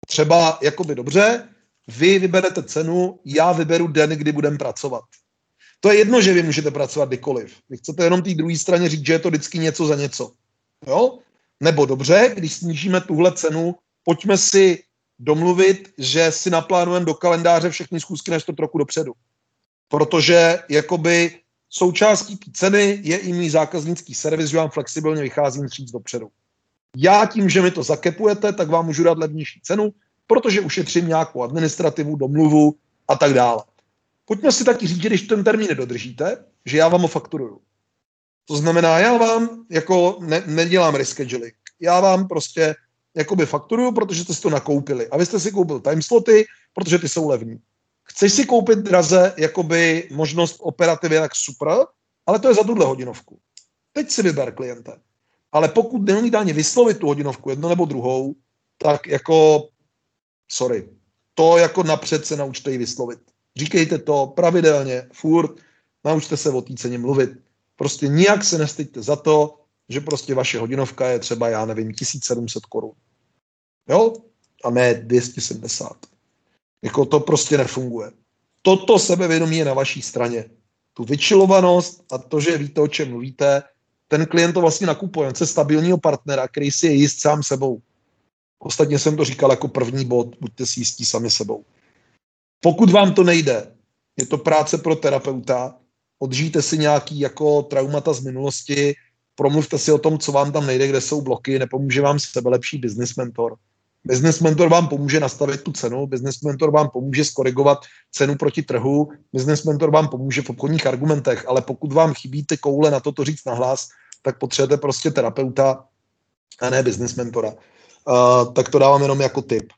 Třeba jakoby dobře, vy vyberete cenu, já vyberu den, kdy budeme pracovat. To je jedno, že vy můžete pracovat kdykoliv. Vy chcete jenom té druhé straně říct, že je to vždycky něco za něco. Jo? Nebo dobře, když snížíme tuhle cenu, pojďme si domluvit, že si naplánujeme do kalendáře všechny schůzky na 4 roku dopředu. Protože jakoby součástí té ceny je i můj zákaznický servis, že vám flexibilně vycházím vstříc dopředu. Já tím, že mi to zakepujete, tak vám můžu dát levnější cenu, protože ušetřím nějakou administrativu, domluvu a tak dále. Pojďme si taky říct, že když ten termín nedodržíte, že já vám ho fakturuju. To znamená, já vám jako nedělám rescheduling. Já vám prostě jakoby fakturuju, protože jste si to nakoupili. A vy jste si koupil timesloty, protože ty jsou levní. Chceš si koupit draze jakoby možnost operativy, tak super, ale to je za tuhle hodinovku. Teď si vyber kliente. Ale pokud neumíte ani vyslovit tu hodinovku, jedno nebo druhou, tak jako, sorry, to jako napřed se naučte ji vyslovit. Říkejte to pravidelně, furt, naučte se o té ceně mluvit. Prostě nijak se nestyďte za to, že prostě vaše hodinovka je třeba, já nevím, 1700 korun. Jo? A ne 270. Jako to prostě nefunguje. Toto sebevědomí je na vaší straně. Tu vyčilovanost a to, že víte, o čem mluvíte, ten klient to vlastně nakupuje. On chce stabilního partnera, který si je jist sám sebou. Ostatně jsem to říkal jako první bod, buďte si jistí sami sebou. Pokud vám to nejde, je to práce pro terapeuta, odžijte si nějaký jako traumata z minulosti, promluvte si o tom, co vám tam nejde, kde jsou bloky, nepomůže vám sebelepší business mentor. Business mentor vám pomůže nastavit tu cenu, business mentor vám pomůže skorigovat cenu proti trhu, business mentor vám pomůže v obchodních argumentech, ale pokud vám chybí ty koule na to říct nahlas, tak potřebujete prostě terapeuta a ne business mentora. Tak to dávám jenom jako tip.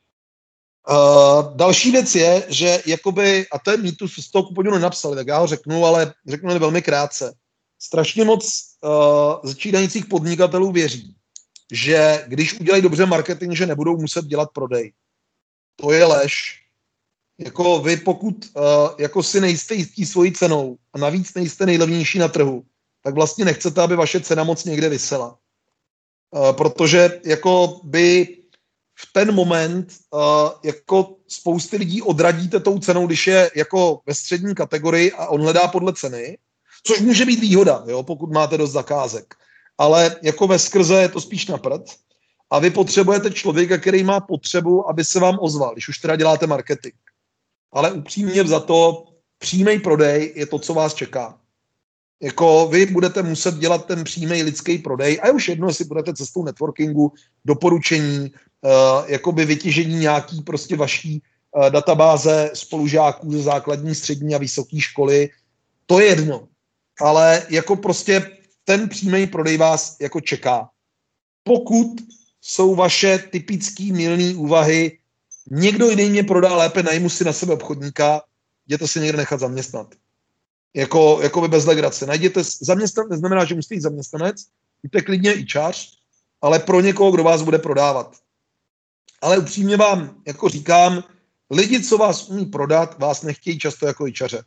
Další věc je, že jakoby, a to je mýtus, z toho kupodivu nenapsali, tak já ho řeknu, ale řeknu velmi krátce. Strašně moc začínajících podnikatelů věří, že když udělají dobře marketing, že nebudou muset dělat prodej. To je lež. Jako vy, pokud jako si nejste jistí svojí cenou a navíc nejste nejlevnější na trhu, tak vlastně nechcete, aby vaše cena moc někde visela. Protože jako by v ten moment jako spousty lidí odradíte tou cenou, když je jako ve střední kategorii a on hledá podle ceny, což může být výhoda, jo, pokud máte dost zakázek. Ale jako ve skrze je to spíš na prd a vy potřebujete člověka, který má potřebu, aby se vám ozval, když už teda děláte marketing. Ale upřímně za to přímý prodej je to, co vás čeká. Jako vy budete muset dělat ten přímý lidský prodej a je už jedno, jestli budete cestou networkingu, doporučení, jakoby vytěžení nějaký prostě vaší databáze spolužáků ze základní, střední a vysoké školy, to je jedno. Ale jako prostě ten přímý prodej vás jako čeká. Pokud jsou vaše typický mylný úvahy, někdo jiný mě prodá lépe, najmu si na sebe obchodníka, jděte si někde nechat zaměstnat. Jako by bez legrace. Najděte zaměstnanec, neznamená, že musíte jít zaměstnanec, jděte klidně i čář, ale pro někoho, kdo vás bude prodávat. Ale upřímně vám jako říkám, lidi, co vás umí prodat, vás nechtějí často jako ičaře.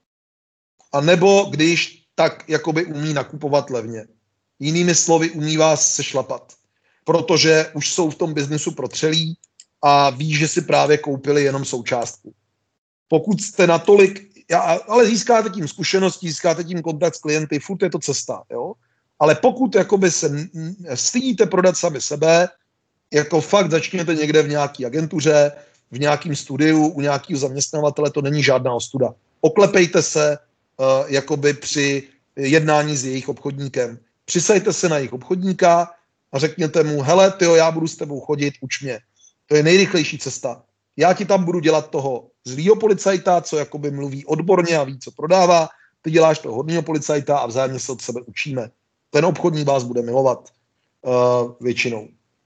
A nebo když tak jakoby umí nakupovat levně. Jinými slovy, umí vás sešlapat. Protože už jsou v tom biznesu protřelí a ví, že si právě koupili jenom součástku. Pokud jste natolik, ale získáte tím zkušenosti, získáte tím kontakt s klienty, furt je to cesta. Jo? Ale pokud jakoby se stydíte prodat sami sebe, jako fakt začněte někde v nějaké agentuře, v nějakém studiu, u nějakého zaměstnavatele, to není žádná ostuda. Oklepejte se jakoby při jednání s jejich obchodníkem. Přisajte se na jejich obchodníka a řekněte mu, hele, tyjo, já budu s tebou chodit, uč mě. To je nejrychlejší cesta. Já ti tam budu dělat toho zlýho policajta, co jakoby mluví odborně a ví, co prodává. Ty děláš toho hodného policajta a vzájemně se od sebe učíme. Ten obchodník vás bude milovat většinou.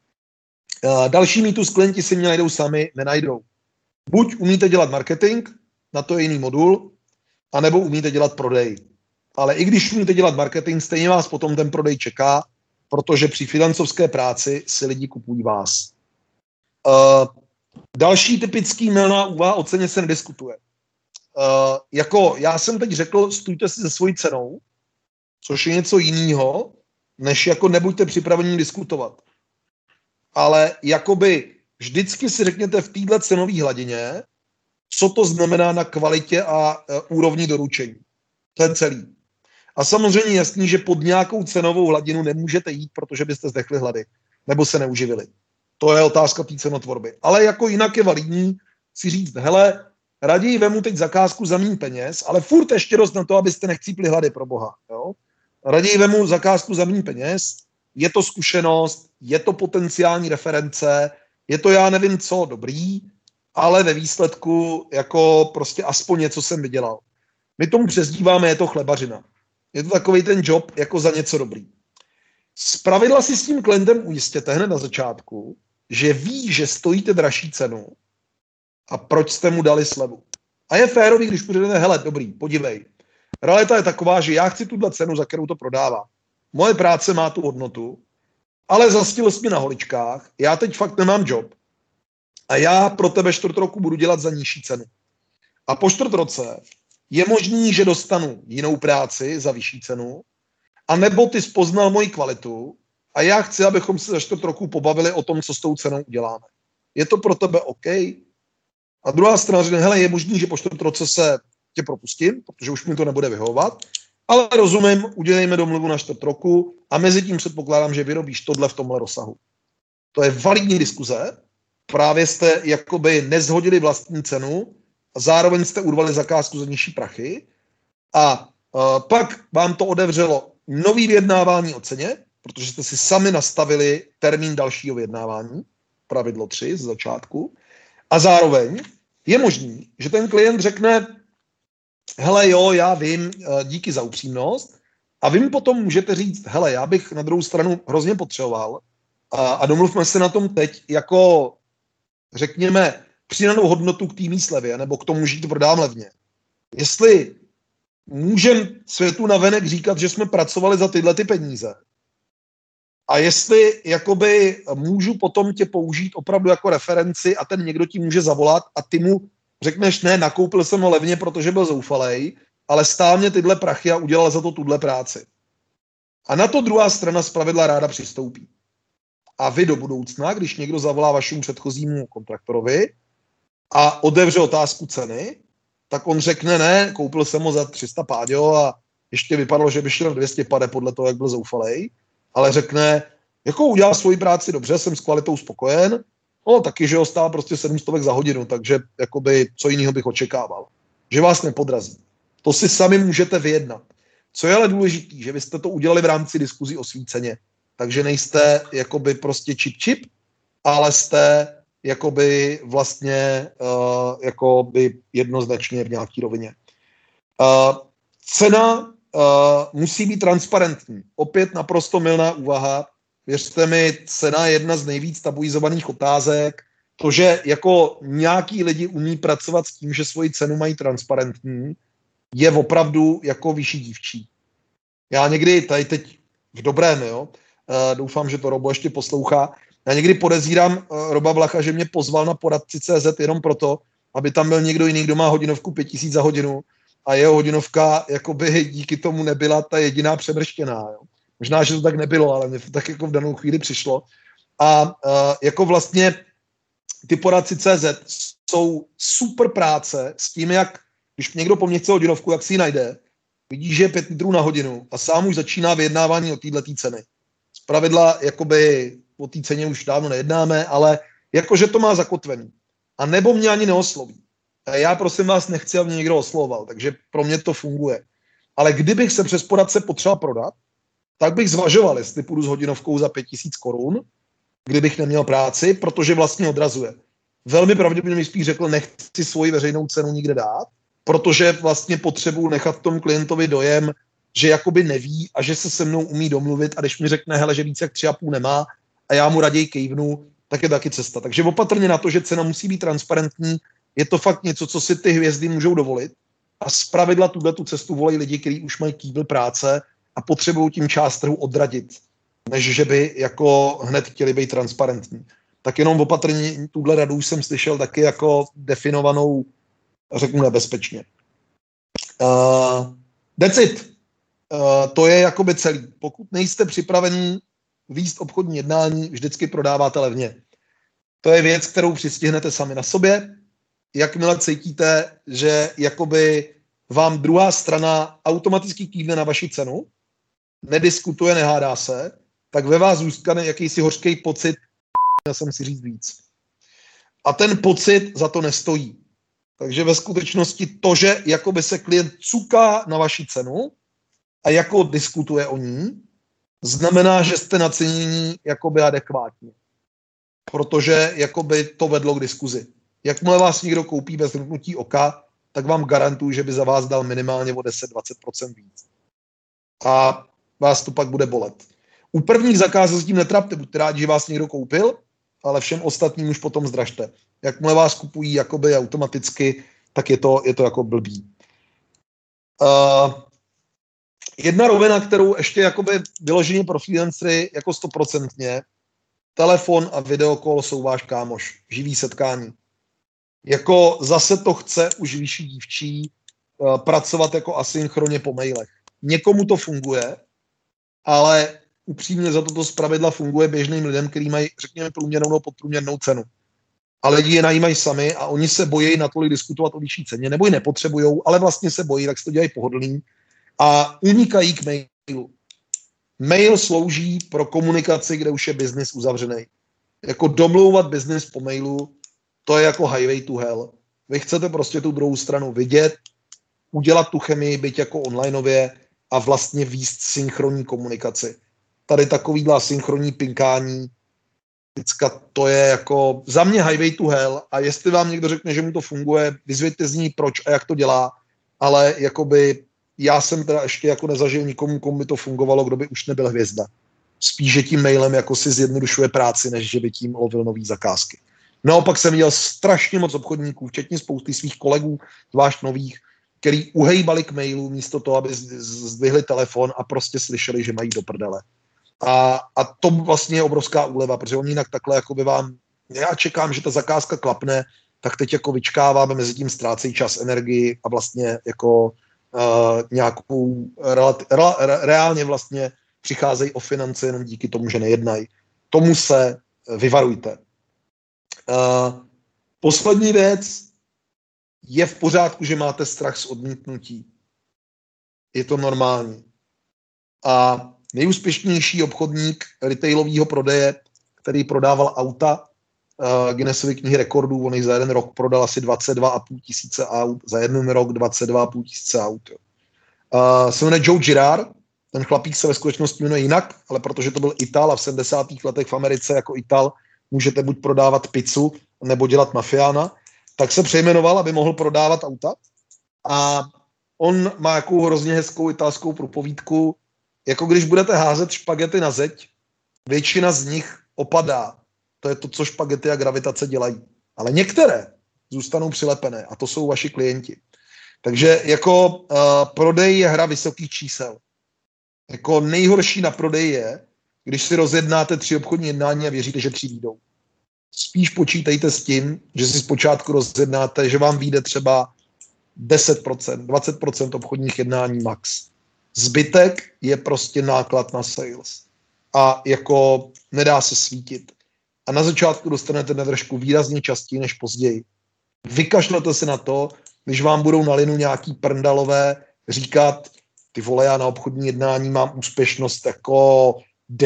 Další mýtus, klienti si mě najdou sami, nenajdou. Buď umíte dělat marketing, na to je jiný modul, anebo umíte dělat prodej. Ale i když umíte dělat marketing, stejně vás potom ten prodej čeká, protože při financovské práci si lidi kupují vás. Další typický mylná úvaha o ceně se nediskutuje. Jako já jsem teď řekl, stůjte si se svojí cenou, což je něco jiného, než jako nebuďte připraveni diskutovat. Ale jakoby vždycky si řekněte v této cenové hladině, co to znamená na kvalitě a úrovni doručení. To je celý. A samozřejmě jasný, že pod nějakou cenovou hladinu nemůžete jít, protože byste zdechli hlady nebo se neuživili. To je otázka té cenotvorby. Ale jako jinak je validní si říct, hele, raději vemu teď zakázku za méně peněz, ale furt ještě dost na to, abyste nechcípli hlady, pro boha. Jo? Raději vemu zakázku za méně peněz, je to zkušenost, je to potenciální reference, je to já nevím co, dobrý, ale ve výsledku jako prostě aspoň něco jsem vydělal. My tomu přezdíváme, je to chlebařina. Je to takový ten job jako za něco dobrý. Zpravidla si s tím klientem ujistěte hned na začátku, že ví, že stojíte dražší cenu a proč jste mu dali slevu. A je férový, když můžete, hele, dobrý, podívej. Realita je taková, že já chci tuhle cenu, za kterou to prodává. Moje práce má tu hodnotu, ale zastil jsi mi na holičkách, já teď fakt nemám job a já pro tebe 4 roku budu dělat za nižší cenu. A po 4 roce je možný, že dostanu jinou práci za vyšší cenu, a nebo ty spoznal moji kvalitu a já chci, abychom se za 4 roku pobavili o tom, co s tou cenou uděláme. Je to pro tebe OK? A druhá strana říká, hele, je možný, že po 4 roce se tě propustím, protože už mi to nebude vyhovovat, ale rozumím, udělejme domluvu na 4 roku a mezi tím předpokládám, že vyrobíš tohle v tomhle rozsahu. To je validní diskuze, právě jste jakoby nezhodili vlastní cenu a zároveň jste urvali zakázku za nižší prachy a pak vám to otevřelo nový vyjednávání o ceně, protože jste si sami nastavili termín dalšího vyjednávání, pravidlo 3 z začátku, a zároveň je možný, že ten klient řekne, hele jo, já vím, díky za upřímnost, a vy mu potom můžete říct, hele, já bych na druhou stranu hrozně potřeboval a domluvme se na tom teď jako, řekněme, přidanou hodnotu k té mý slevě, nebo k tomu, že to prodám levně. Jestli můžeme světu navenek říkat, že jsme pracovali za tyhle ty peníze, a jestli jakoby můžu potom tě použít opravdu jako referenci a ten někdo ti může zavolat a ty mu řekneš, ne, nakoupil jsem ho levně, protože byl zoufalej, ale stál mě tyhle prachy a udělal za to tuhle práci. A na to druhá strana zpravidla ráda přistoupí. A vy do budoucna, když někdo zavolá vašemu předchozímu kontraktorovi a otevře otázku ceny, tak on řekne, ne, koupil jsem ho za 300 páďo a ještě vypadalo, že by šel na 200 pade podle toho, jak byl zoufalej, ale řekne, jako udělal svoji práci dobře, jsem s kvalitou spokojen, no taky, že ho stál prostě 700 za hodinu, takže jakoby co jiného bych očekával. Že vás nepodrazí. To si sami můžete vyjednat. Co je ale důležitý, že vy jste to udělali v rámci diskuzí o svý ceně. Takže nejste jakoby prostě čip, ale jste jakoby vlastně jakoby jednoznačně v nějaký rovině. Cena musí být transparentní. Opět naprosto mylná úvaha. Věřte mi, cena je jedna z nejvíc tabuizovaných otázek. To, že jako nějaký lidi umí pracovat s tím, že svoji cenu mají transparentní, je opravdu jako vyšší dívčí. Já někdy, tady teď v dobrém, jo, doufám, že to Robo ještě poslouchá, já někdy podezírám Roba Vlacha, že mě pozval na poradci.cz jenom proto, aby tam byl někdo jiný, kdo má hodinovku 5000 za hodinu a jeho hodinovka jakoby díky tomu nebyla ta jediná přemrštěná. Jo. Možná, že to tak nebylo, ale mně to tak jako v danou chvíli přišlo. A jako vlastně ty poradci.cz jsou super práce s tím, jak když někdo po mně chce hodinovku, jak si ji najde, vidí, že je 5 litrů na hodinu a sám už začíná vyjednávání o této ceny. Zpravidla jakoby o té ceně už dávno nejednáme, ale jakože to má zakotvený. A nebo mě ani neosloví. A já prosím vás nechci, aby mě někdo oslovoval, takže pro mě to funguje. Ale kdybych se přes poradce potřeboval prodat, tak bych zvažoval, jestli půjdu s hodinovkou za 5000 korun, kdybych neměl práci, protože vlastně odrazuje. Velmi pravděpodobně mi spíš řekl, nechci svoji veřejnou cenu nikde dát, protože vlastně potřebuji nechat tomu klientovi dojem, že jakoby neví a že se se mnou umí domluvit a když mi řekne, hele, že víc jak 3,5 nemá a já mu raději kejvnu, tak je taky cesta. Takže opatrně na to, že cena musí být transparentní, je to fakt něco, co si ty hvězdy můžou dovolit a zpravidla tu cestu volají lidi, kteří už mají kýbl práce a potřebují tím část trhu odradit, než že by jako hned chtěli být transparentní. Tak jenom opatrně tuhle radu jsem slyšel taky jako definovanou, řeknu nebezpečně. That's it. To je jakoby celý. Pokud nejste připravení vést obchodní jednání, vždycky prodáváte levně. To je věc, kterou přistihnete sami na sobě. Jakmile cítíte, že jakoby vám druhá strana automaticky kývne na vaši cenu, nediskutuje, nehádá se, tak ve vás zůstane jakýsi hořký pocit, já jsem si říct víc. A ten pocit za to nestojí. Takže ve skutečnosti to, že jakoby se klient cuká na vaši cenu a jako diskutuje o ní, znamená, že jste nacenění jakoby adekvátně. Protože jakoby to vedlo k diskuzi. Jakmile vás někdo koupí bez mrknutí oka, tak vám garantuju, že by za vás dal minimálně o 10-20% víc. A vás to pak bude bolet. U prvních zakázek s tím netrapte, buďte rádi, že vás někdo koupil, ale všem ostatním už potom zdražte. Jakmile vás kupují jakoby automaticky, tak je to jako blbý. Jedna rovina, kterou ještě jakoby vyloženě pro freelancery jako 100%, telefon a videokol jsou váš kámoš, živý setkání. Jako zase to chce už vyšší dívčí pracovat jako asynchronně po mailech. Někomu to funguje, ale upřímně za to zpravidla funguje běžným lidem, kteří mají, řekněme, průměrnou nebo podprůměrnou cenu. A lidi je najímají sami a oni se bojí natolik diskutovat o vyšší ceně, nebo ji nepotřebujou, ale vlastně se bojí, tak se to dělají pohodlný a unikají k mailu. Mail slouží pro komunikaci, kde už je biznis uzavřený. Jako domlouvat biznis po mailu, to je jako highway to hell. Vy chcete prostě tu druhou stranu vidět, udělat tu chemii, byť jako onlineově a vlastně vést synchronní komunikaci. Tady takovýhle synchronní pinkání, vždycka to je jako za mě highway to hell a jestli vám někdo řekne, že mu to funguje, vyzvěte z ní proč a jak to dělá, ale jakoby já jsem teda ještě jako nezažil nikomu, komu by to fungovalo, kdo by už nebyl hvězda. Spíš, že tím mailem jako si zjednodušuje práci, než že by tím lovil nový zakázky. Naopak jsem viděl strašně moc obchodníků, včetně spousty svých kolegů, zvlášť nových, který uhejbali k mailu místo toho, aby zdvihli telefon a prostě slyšeli, že mají do prdele. A to vlastně je obrovská úleva, protože oni jinak takhle jako by vám, já čekám, že ta zakázka klapne, tak teď jako vyčkáváme, mezi tím ztrácejí čas, energii a vlastně jako nějakou reálně vlastně přicházejí o finance jenom díky tomu, že nejednají. Tomu se vyvarujte. Poslední věc, je v pořádku, že máte strach z odmítnutí. Je to normální. A nejúspěšnější obchodník retailového prodeje, který prodával auta, Guinnessovy knihy rekordů, on za jeden rok prodal asi 22,5 tisíce aut, za jeden rok 22,5 tisíce aut. Se jmenuje Joe Girard, ten chlapík se ve skutečnosti jmenuje jinak, ale protože to byl Ital a v 70. letech v Americe jako Ital můžete buď prodávat pizzu, nebo dělat mafiána, tak se přejmenoval, aby mohl prodávat auta. A on má jakou hrozně hezkou italskou průpovídku, jako když budete házet špagety na zeď, většina z nich opadá. To je to, co špagety a gravitace dělají. Ale některé zůstanou přilepené a to jsou vaši klienti. Takže jako prodej je hra vysokých čísel. Jako nejhorší na prodej je, když si rozjednáte 3 obchodní jednání a věříte, že 3 výjdou. Spíš počítejte s tím, že si zpočátku rozjednáte, že vám vyjde třeba 10%, 20% obchodních jednání max. Zbytek je prostě náklad na sales. A jako nedá se svítit. A na začátku dostanete na držku výrazně častěji než později. Vykašlete se na to, když vám budou na linu nějaký prndalové říkat, ty vole, já na obchodní jednání mám úspěšnost jako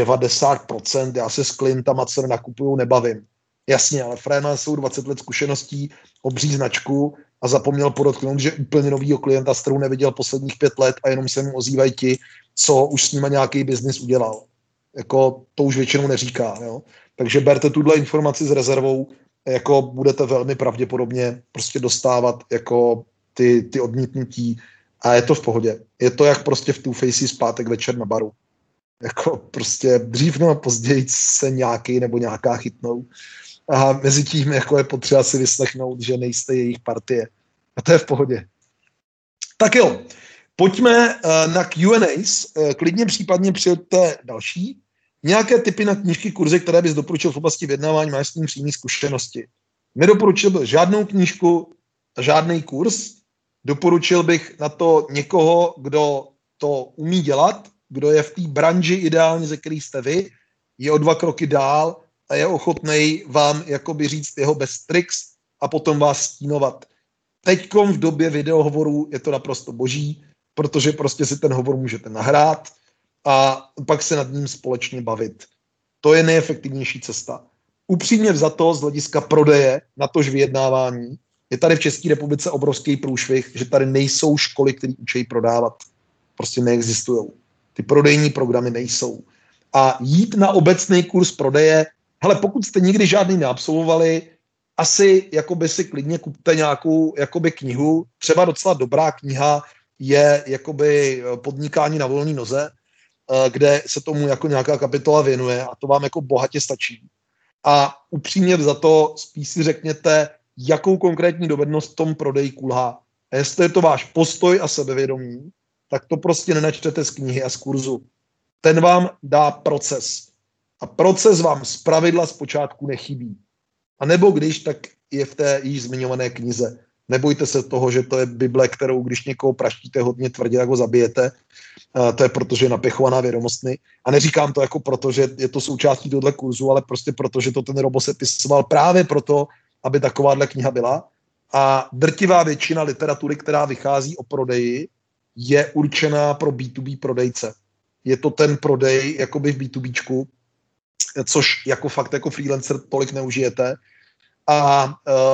90%, já se s klientama, co nakupuju, nebavím. Jasně, ale Fréna jsou 20 let zkušeností, obří značku a zapomněl podotknout, že úplně novýho klienta, s kterou neviděl posledních 5 let a jenom se mu ozývají ti, co už s nima nějaký biznis udělal. Jako to už většinou neříká. Jo? Takže berte tuhle informaci s rezervou, jako budete velmi pravděpodobně prostě dostávat jako ty odmítnutí a je to v pohodě. Je to jak prostě v Two Faces pátek večer na baru. Jako prostě dřív nebo později se nějaký nebo nějaká chytnou. A mezi tím jako je potřeba si vyslechnout, že nejste jejich partie. A to je v pohodě. Tak jo, pojďme na Q&As. Klidně případně přijďte další. Nějaké tipy na knížky, kurzy, které bys doporučil v oblasti vyjednávání, máš s tím přímé zkušenosti. Nedoporučil bych žádnou knížku a žádný kurz. Doporučil bych na to někoho, kdo to umí dělat, kdo je v té branži ideálně, ze který jste vy, je o 2 kroky dál a je ochotnej vám jakoby říct jeho best tricks a potom vás stínovat. Teďkom v době videohovorů je to naprosto boží, protože prostě si ten hovor můžete nahrát a pak se nad ním společně bavit. To je nejefektivnější cesta. Upřímně vzato z hlediska prodeje, natož vyjednávání, je tady v České republice obrovský průšvih, že tady nejsou školy, které učí prodávat. Prostě neexistují. Ty prodejní programy nejsou. A jít na obecný kurz prodeje, hele, pokud jste nikdy žádný neabsolvovali, asi jakoby si klidně kupte nějakou jakoby knihu, třeba docela dobrá kniha je jakoby Podnikání na volné noze, kde se tomu jako nějaká kapitola věnuje a to vám jako bohatě stačí. A upřímně za to spíš si řekněte, jakou konkrétní dovednost v tom prodeji kulhá. A jestli je to váš postoj a sebevědomí, tak to prostě nenačtete z knihy a z kurzu. Ten vám dá proces. A proces vám zpravidla zpočátku nechybí. A nebo když, tak je v té již zmiňované knize. Nebojte se toho, že to je Bible, kterou když někoho praštíte hodně tvrdě, tak ho zabijete. To je proto, že je napěchovaná vědomostmi. A neříkám to jako proto, že je to součástí tohle kurzu, ale prostě proto, že to ten Robo sepisoval právě proto, aby takováhle kniha byla. A drtivá většina literatury, která vychází o prodeji, je určená pro B2B prodejce. Je to ten prodej jakoby v B2Bčku, což jako fakt jako freelancer tolik neužijete. A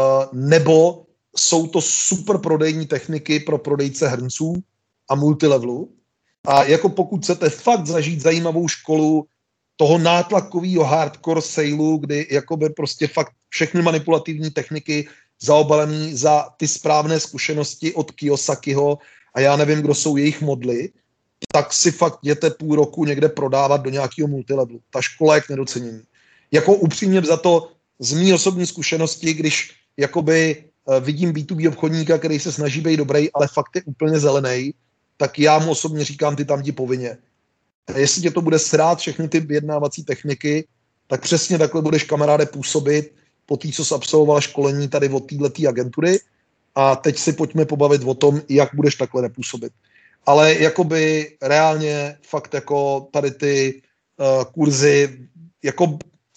nebo jsou to super prodejní techniky pro prodejce hrnců a multilevelu. A jako pokud chcete fakt zažít zajímavou školu toho nátlakového hardcore saleu, kdy jakoby prostě fakt všechny manipulativní techniky zaobalený za ty správné zkušenosti od Kiyosakiho a já nevím, kdo jsou jejich modly, tak si fakt jděte půl roku někde prodávat do nějakého multilevelu. Ta škola je k nedocenění. Jako upřímně vzato z mý osobní zkušenosti, když jakoby vidím B2B obchodníka, který se snaží být dobrý, ale fakt je úplně zelený, tak já mu osobně říkám, ty tam jdi povinně. A jestli tě to bude srát všechny ty vyjednávací techniky, tak přesně takhle budeš, kamaráde, působit po té, co jsi absolvoval školení tady od této agentury a teď si pojďme pobavit o tom, jak budeš takhle nepůsobit. Ale jakoby reálně fakt jako tady ty kurzy, jako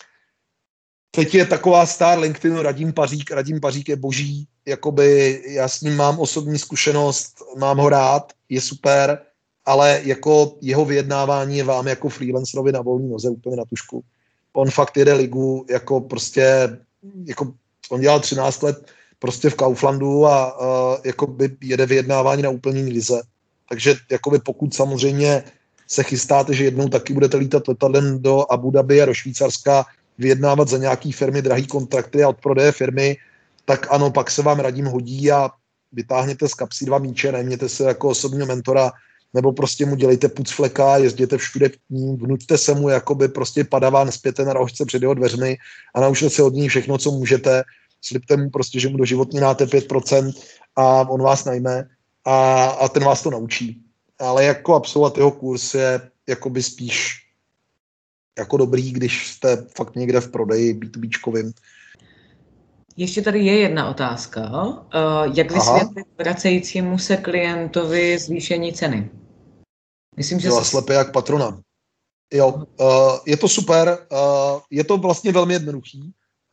teď je taková star LinkedInu Radim Pařík je boží, jakoby já s ním mám osobní zkušenost, mám ho rád, je super, ale jako jeho vyjednávání je vám jako freelancerovi na volný noze úplně na tušku. On fakt jede ligu, jako prostě, jako on dělal 13 let prostě v Kauflandu a jakoby jede vyjednávání na úplně jiný lize. Takže jakoby pokud samozřejmě se chystáte, že jednou taky budete lítat letadlem do Abu Dhabi a do Švýcarska, vyjednávat za nějaký firmy drahý kontrakty a od prodeje firmy, tak ano, pak se vám Radim hodí a vytáhněte z kapsy 2 míče, najměte se jako osobního mentora, nebo prostě mu dělejte pucfleka, jezděte všude k ním, vnuďte se mu jakoby prostě padaván, spěte na rožce před jeho dveřmi a naučte se od ní všechno, co můžete, slibte mu prostě, že mu do životní dáte 5% a on vás najme a ten vás to naučí. Ale jako absolvovat jeho kurz je jakoby spíš jako dobrý, když jste fakt někde v prodeji B2Bčkovým. Ještě tady je jedna otázka. Jak vysvětlit vracejícímu se klientovi zvýšení ceny? Myslím, že slepé jak patrona. Jo, je to super, je to vlastně velmi jednoduchý.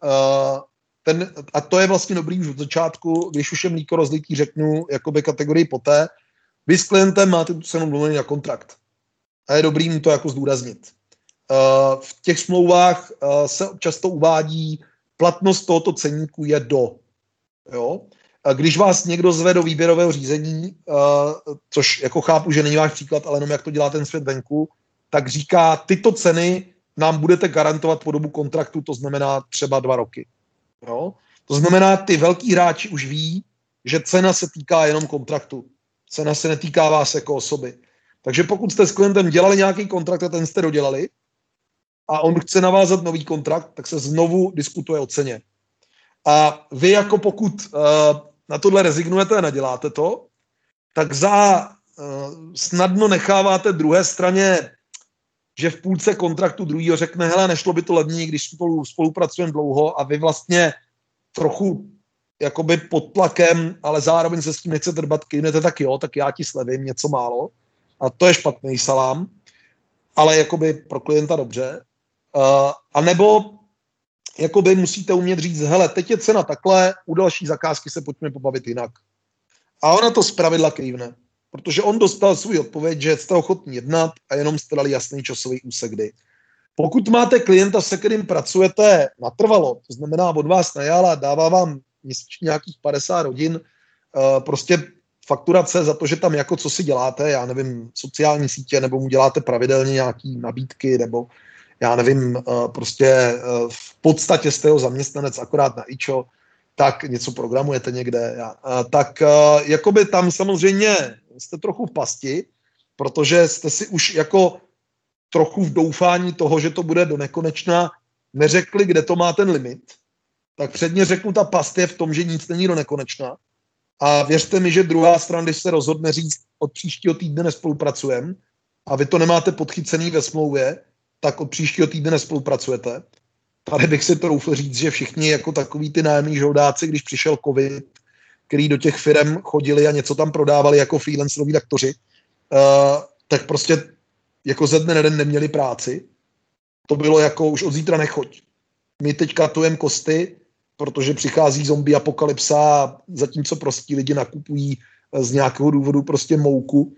A to je vlastně dobrý už od začátku, když už je mlíko rozlitý, řeknu jakoby kategorii poté, vy s klientem máte tu cenu domluvený na kontrakt. A je dobrý mu to jako zdůraznit. V těch smlouvách se často uvádí, platnost tohoto ceníku je do. Jo? Když vás někdo zve do výběrového řízení, což jako chápu, že není váš příklad, ale jenom jak to dělá ten svět venku, tak říká, tyto ceny nám budete garantovat po dobu kontraktu, to znamená třeba 2 roky. Jo? To znamená, ty velký hráči už ví, že cena se týká jenom kontraktu. Cena se netýká vás jako osoby. Takže pokud jste s klientem dělali nějaký kontrakt a ten jste dodělali, a on chce navázat nový kontrakt, tak se znovu diskutuje o ceně. A vy jako pokud na tohle rezignujete a neděláte to, tak snadno necháváte druhé straně, že v půlce kontraktu druhýho řekne, hele, nešlo by to levněji, když spolupracujeme dlouho a vy vlastně trochu jakoby pod tlakem, ale zároveň se s tím nechcete drbat, kývnete, tak jo, tak já ti slevím něco málo. A to je špatný salám, ale jakoby pro klienta dobře. A nebo jakoby musíte umět říct, hele, teď je cena takhle, u další zakázky se pojďme pobavit jinak. A ona to zpravidla kejvne, protože on dostal svůj odpověď, že jste ochotní jednat a jenom jste dali jasný časový úsek, kdy. Pokud máte klienta, se kterým pracujete natrvalo, to znamená od vás najal a dává vám měsíčně nějakých 50 hodin, prostě fakturace za to, že tam jako co si děláte, já nevím, sociální sítě, nebo mu děláte pravidelně nějaký nabídky, nebo já nevím, prostě v podstatě jste jeho zaměstnanec akorát na ičo, tak něco programujete někde. Tak jakoby tam samozřejmě jste trochu v pasti, protože jste si už jako trochu v doufání toho, že to bude do nekonečna, neřekli, kde to má ten limit. Tak předně řeknu, ta past je v tom, že nic není do nekonečna. A věřte mi, že druhá strana, když se rozhodne říct, od příštího týdne nespolupracujeme a vy to nemáte podchycený ve smlouvě, tak od příštího týdne nespolupracujete. Tady bych si to doufl říct, že všichni jako takový ty nájemní žoldáci, když přišel covid, který do těch firem chodili a něco tam prodávali jako freelanceroví lektoři, tak prostě jako ze dne na den neměli práci. To bylo jako už od zítra nechoď. My teď katujeme kosty, protože přichází zombie apokalypsa, zatímco prostí lidi nakupují z nějakého důvodu prostě mouku,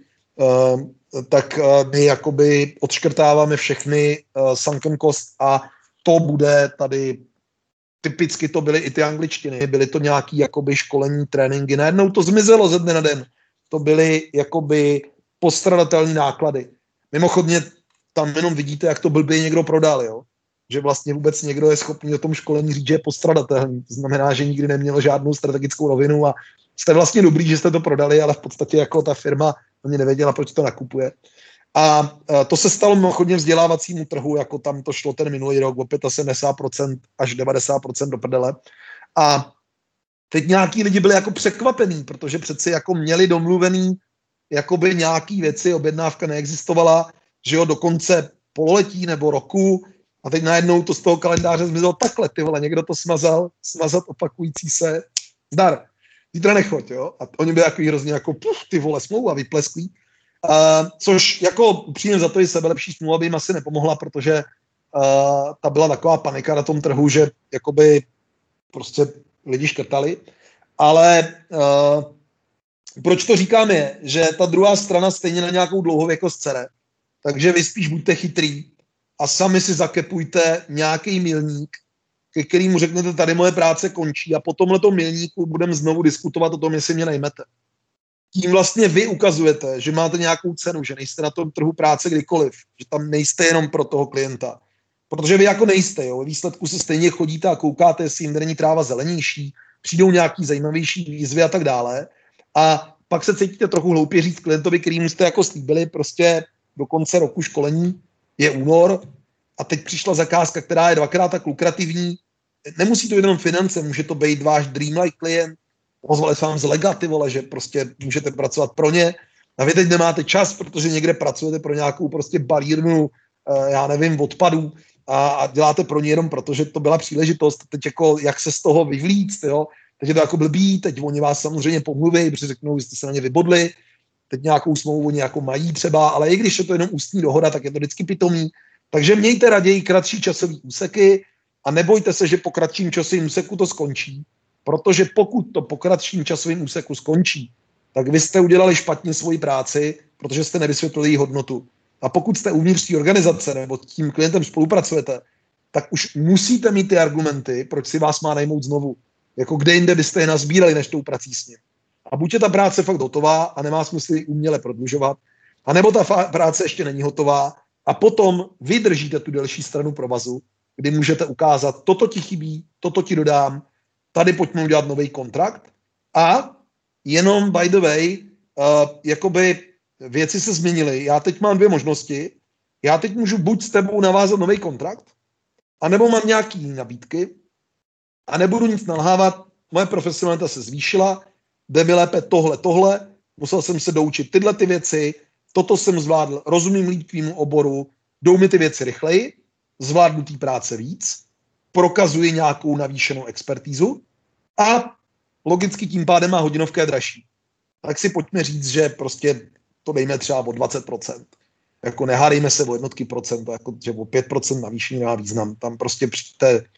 tak my jakoby odškrtáváme všechny sunken cost a to bude tady, typicky to byly i ty angličtiny, byly to nějaký jakoby školení, tréninky, najednou to zmizelo ze dne na den. To byly jakoby postradatelné náklady. Mimochodně tam jenom vidíte, jak to blbě někdo prodal, jo? Že vlastně vůbec někdo je schopný o tom školení říct, že je postradatelný. To znamená, že nikdy neměl žádnou strategickou rovinu a jste vlastně dobrý, že jste to prodali, ale v podstatě jako ta firma ani nevěděla, proč to nakupuje. A to se stalo mimochodně vzdělávacímu trhu, jako tam to šlo ten minulý rok o 75% až 90% do prdele. A teď nějaký lidi byli jako překvapený, protože přeci jako měli domluvený jakoby nějaký věci, objednávka neexistovala, že jo, do konce pololetí nebo roku a teď najednou to z toho kalendáře zmizelo takhle, ty vole, někdo to smazat opakující se, zdar, zítra nechoď, jo, a oni byli takový hrozně jako, ty vole, smlouva vyplesklý, což jako upřímně za to i sebelepší smlouva by jim asi nepomohla, protože ta byla taková panika na tom trhu, že jakoby prostě lidi škrtali, ale proč to říkám je, že ta druhá strana stejně na nějakou dlouhověkost cere, takže vy spíš buďte chytrý a sami si zakepujte nějaký milník, ke kterému řeknete, tady moje práce končí a po tomhletom milníku budeme znovu diskutovat o tom, jestli mě najmete. Tím vlastně vy ukazujete, že máte nějakou cenu, že nejste na tom trhu práce kdykoliv, že tam nejste jenom pro toho klienta. Protože vy jako nejste, jo, ve výsledku se stejně chodíte a koukáte, jestli jim není tráva zelenější, přijdou nějaký zajímavější výzvy a tak dále. A pak se cítíte trochu hloupě říct klientovi, kterýmu jste jako slíbili prostě do konce roku školení, je únor a teď přišla zakázka, která je dvakrát tak lukrativní. Nemusí to jenom finance, může to být váš dreamlike klient, ozvali se vám z lega, ty vole, že prostě můžete pracovat pro ně a vy teď nemáte čas, protože někde pracujete pro nějakou prostě balírnu, já nevím, odpadů a děláte pro ně jenom proto, že to byla příležitost, teď jako jak se z toho vyvlíct, jo. Teď je to jako blbý, teď oni vás samozřejmě pomluví, protože řeknou, že jste se na ně vybodli, teď nějakou smlouvu oni jako mají třeba, ale i když je to jenom ústní dohoda, tak je to vždycky pitomý. Takže mějte raději kratší časový úseky a nebojte se, že po kratším časovém úseku to skončí, protože pokud to po kratším časovém úseku skončí, tak vy jste udělali špatně svoji práci, protože jste nevysvětlili její hodnotu. A pokud jste uvnitř té organizace nebo s tím klientem spolupracujete, tak už musíte mít ty argumenty, proč si vás má najmout znovu. Jako kde jinde byste je nazbírali než tou prací s ním. A buď je ta práce fakt hotová a nemá smysl ji uměle prodlužovat, anebo ta práce ještě není hotová a potom vydržíte tu delší stranu provazu, kdy můžete ukázat, toto ti chybí, toto ti dodám, tady pojďme udělat nový kontrakt a jenom by the way, jakoby věci se změnily. Já teď mám dvě možnosti. Já teď můžu buď s tebou navázat nový kontrakt, anebo mám nějaký nabídky a nebudu nic nalhávat, moje profesionalita se zvýšila, jde mi lépe tohle, musel jsem se doučit tyhle ty věci, toto jsem zvládl, rozumím líp tvýmu oboru, jdou mi ty věci rychleji, zvládnu té práce víc, prokazuji nějakou navýšenou expertízu a logicky tím pádem má hodinovka je dražší. Tak si pojďme říct, že prostě to dejme třeba o 20%. Jako nehádejme se o jednotky procent, jako, že o 5% navýšení nemá význam. Tam prostě přijďte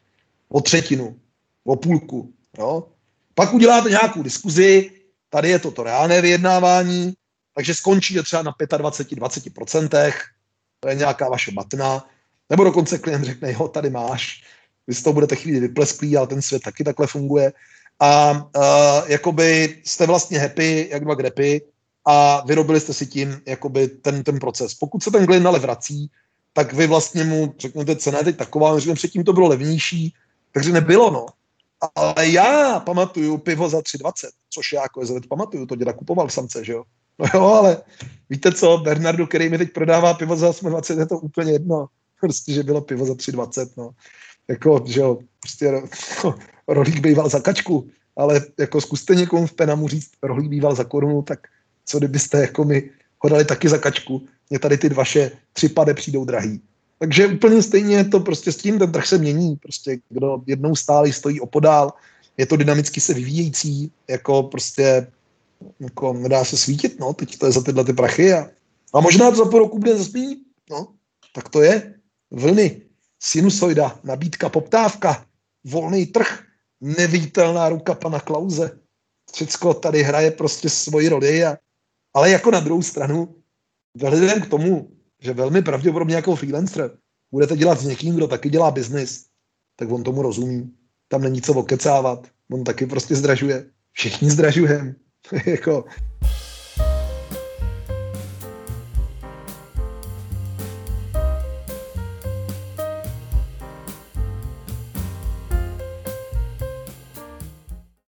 o třetinu, o půlku. Jo? Pak uděláte nějakou diskuzi, tady je to reálné vyjednávání, takže skončíte třeba na 25-20%, to je nějaká vaše matna, nebo dokonce klient řekne, jo, tady máš, vy z toho budete chvíli vyplesklí, ale ten svět taky takhle funguje. A jakoby jste vlastně happy, jak dva grepy, a vyrobili jste si tím jakoby ten proces. Pokud se ten klient ale vrací, tak vy vlastně mu řeknete, cena je teď taková, že předtím to bylo levnější, takže nebylo, no. Ale já pamatuju pivo za 3,20, což já jako jezdec pamatuju, to děda kupoval v Samce, že jo. No jo, ale víte co, Bernardu, který mi teď prodává pivo za 8,20, je to úplně jedno. Prostě, že bylo pivo za 3,20, no. Jako, že jo, prostě rohlík býval za kačku, ale jako zkuste někomu v Penamu říct, rohlík býval za korunu, tak co kdybyste jako mi ho dali taky za kačku, mě tady ty vaše 3 pade přijdou drahý. Takže úplně stejně to prostě s tím, ten trh se mění, prostě kdo jednou stálý stojí opodál, je to dynamicky se vyvíjející, jako prostě jako nedá se svítit, no, teď to je za tyhle ty prachy a možná to za půl roku bude zase no, tak to je, vlny, sinusoida, nabídka, poptávka, volný trh, neviditelná ruka pana Klause, všecko tady hraje prostě svoji roli, ale jako na druhou stranu, vzhledem k tomu, že velmi pravděpodobně jako freelancer budete dělat s někým, kdo taky dělá biznis, tak on tomu rozumí. Tam není co okecávat. On taky prostě zdražuje. Všichni zdražujeme. Jako,